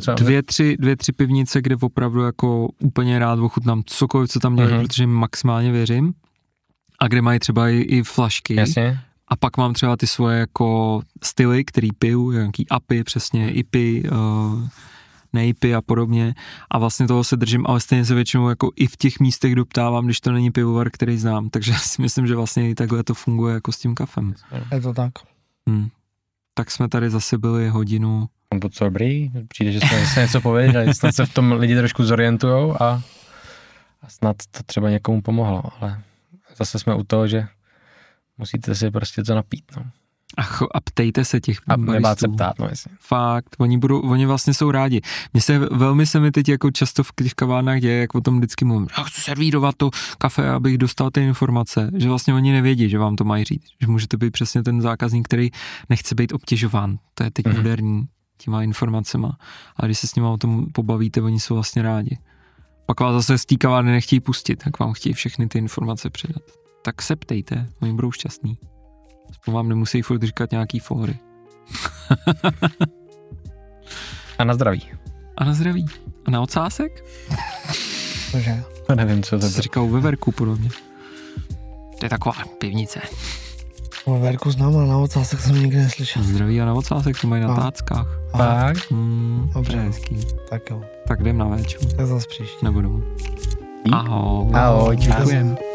2-3 pivnice, kde opravdu jako úplně rád ochutnám cokoliv, co tam dělají, protože maximálně věřím. A kde mají třeba i flašky. Jasně. A pak mám třeba ty svoje jako styly, který piju, nějaký apy, přesně IPy, nejpy a podobně. A vlastně toho se držím, ale stejně se většinou jako i v těch místech doptávám, když to není pivovar, který znám. Takže si myslím, že vlastně i takhle to funguje jako s tím kafem. Je to tak. Tak jsme tady zase byli hodinu. On byl co dobrý, přijde, že jsme zase něco pověděli, snad se v tom lidi trošku zorientujou a snad to třeba někomu pomohlo, ale zase jsme u toho, že musíte si prostě to napít, no. A ptejte se těch baristů. A nebát se ptát, no jestli. Fakt, oni vlastně jsou rádi. Velmi se mi teď jako často v těch kavárnách děje, jak o tom vždycky mluvím, já chci servírovat to kafe, abych dostal ty informace, že vlastně oni nevědí, že vám to mají říct, že můžete být přesně ten zákazník, který nechce být obtěžován, to je teď moderní těma informacema, ale když se s nimi o tom pobavíte, oni jsou vlastně rádi. Pak vás zase z té kavárny nechtějí pustit, tak vám chtějí všechny ty informace předat. Tak se ptejte, oni budou šťastní. Aspoň vám nemusí furt říkat nějaký fóry. A na zdraví. A na zdraví. A na ocásek? Cože? Já nevím, co to říkal ve Verku podobně. To je taková pivnice. O Verku znám, ale na ocásek jsem nikdy neslyšel. Zdraví a na ocásek, to mají na táckách. Tak. Dobře, hezký. Tak jo. Tak jdem na véču. Tak zase příště. Nebo domů. Ahoj. Ahoj, děkujem. děkujem.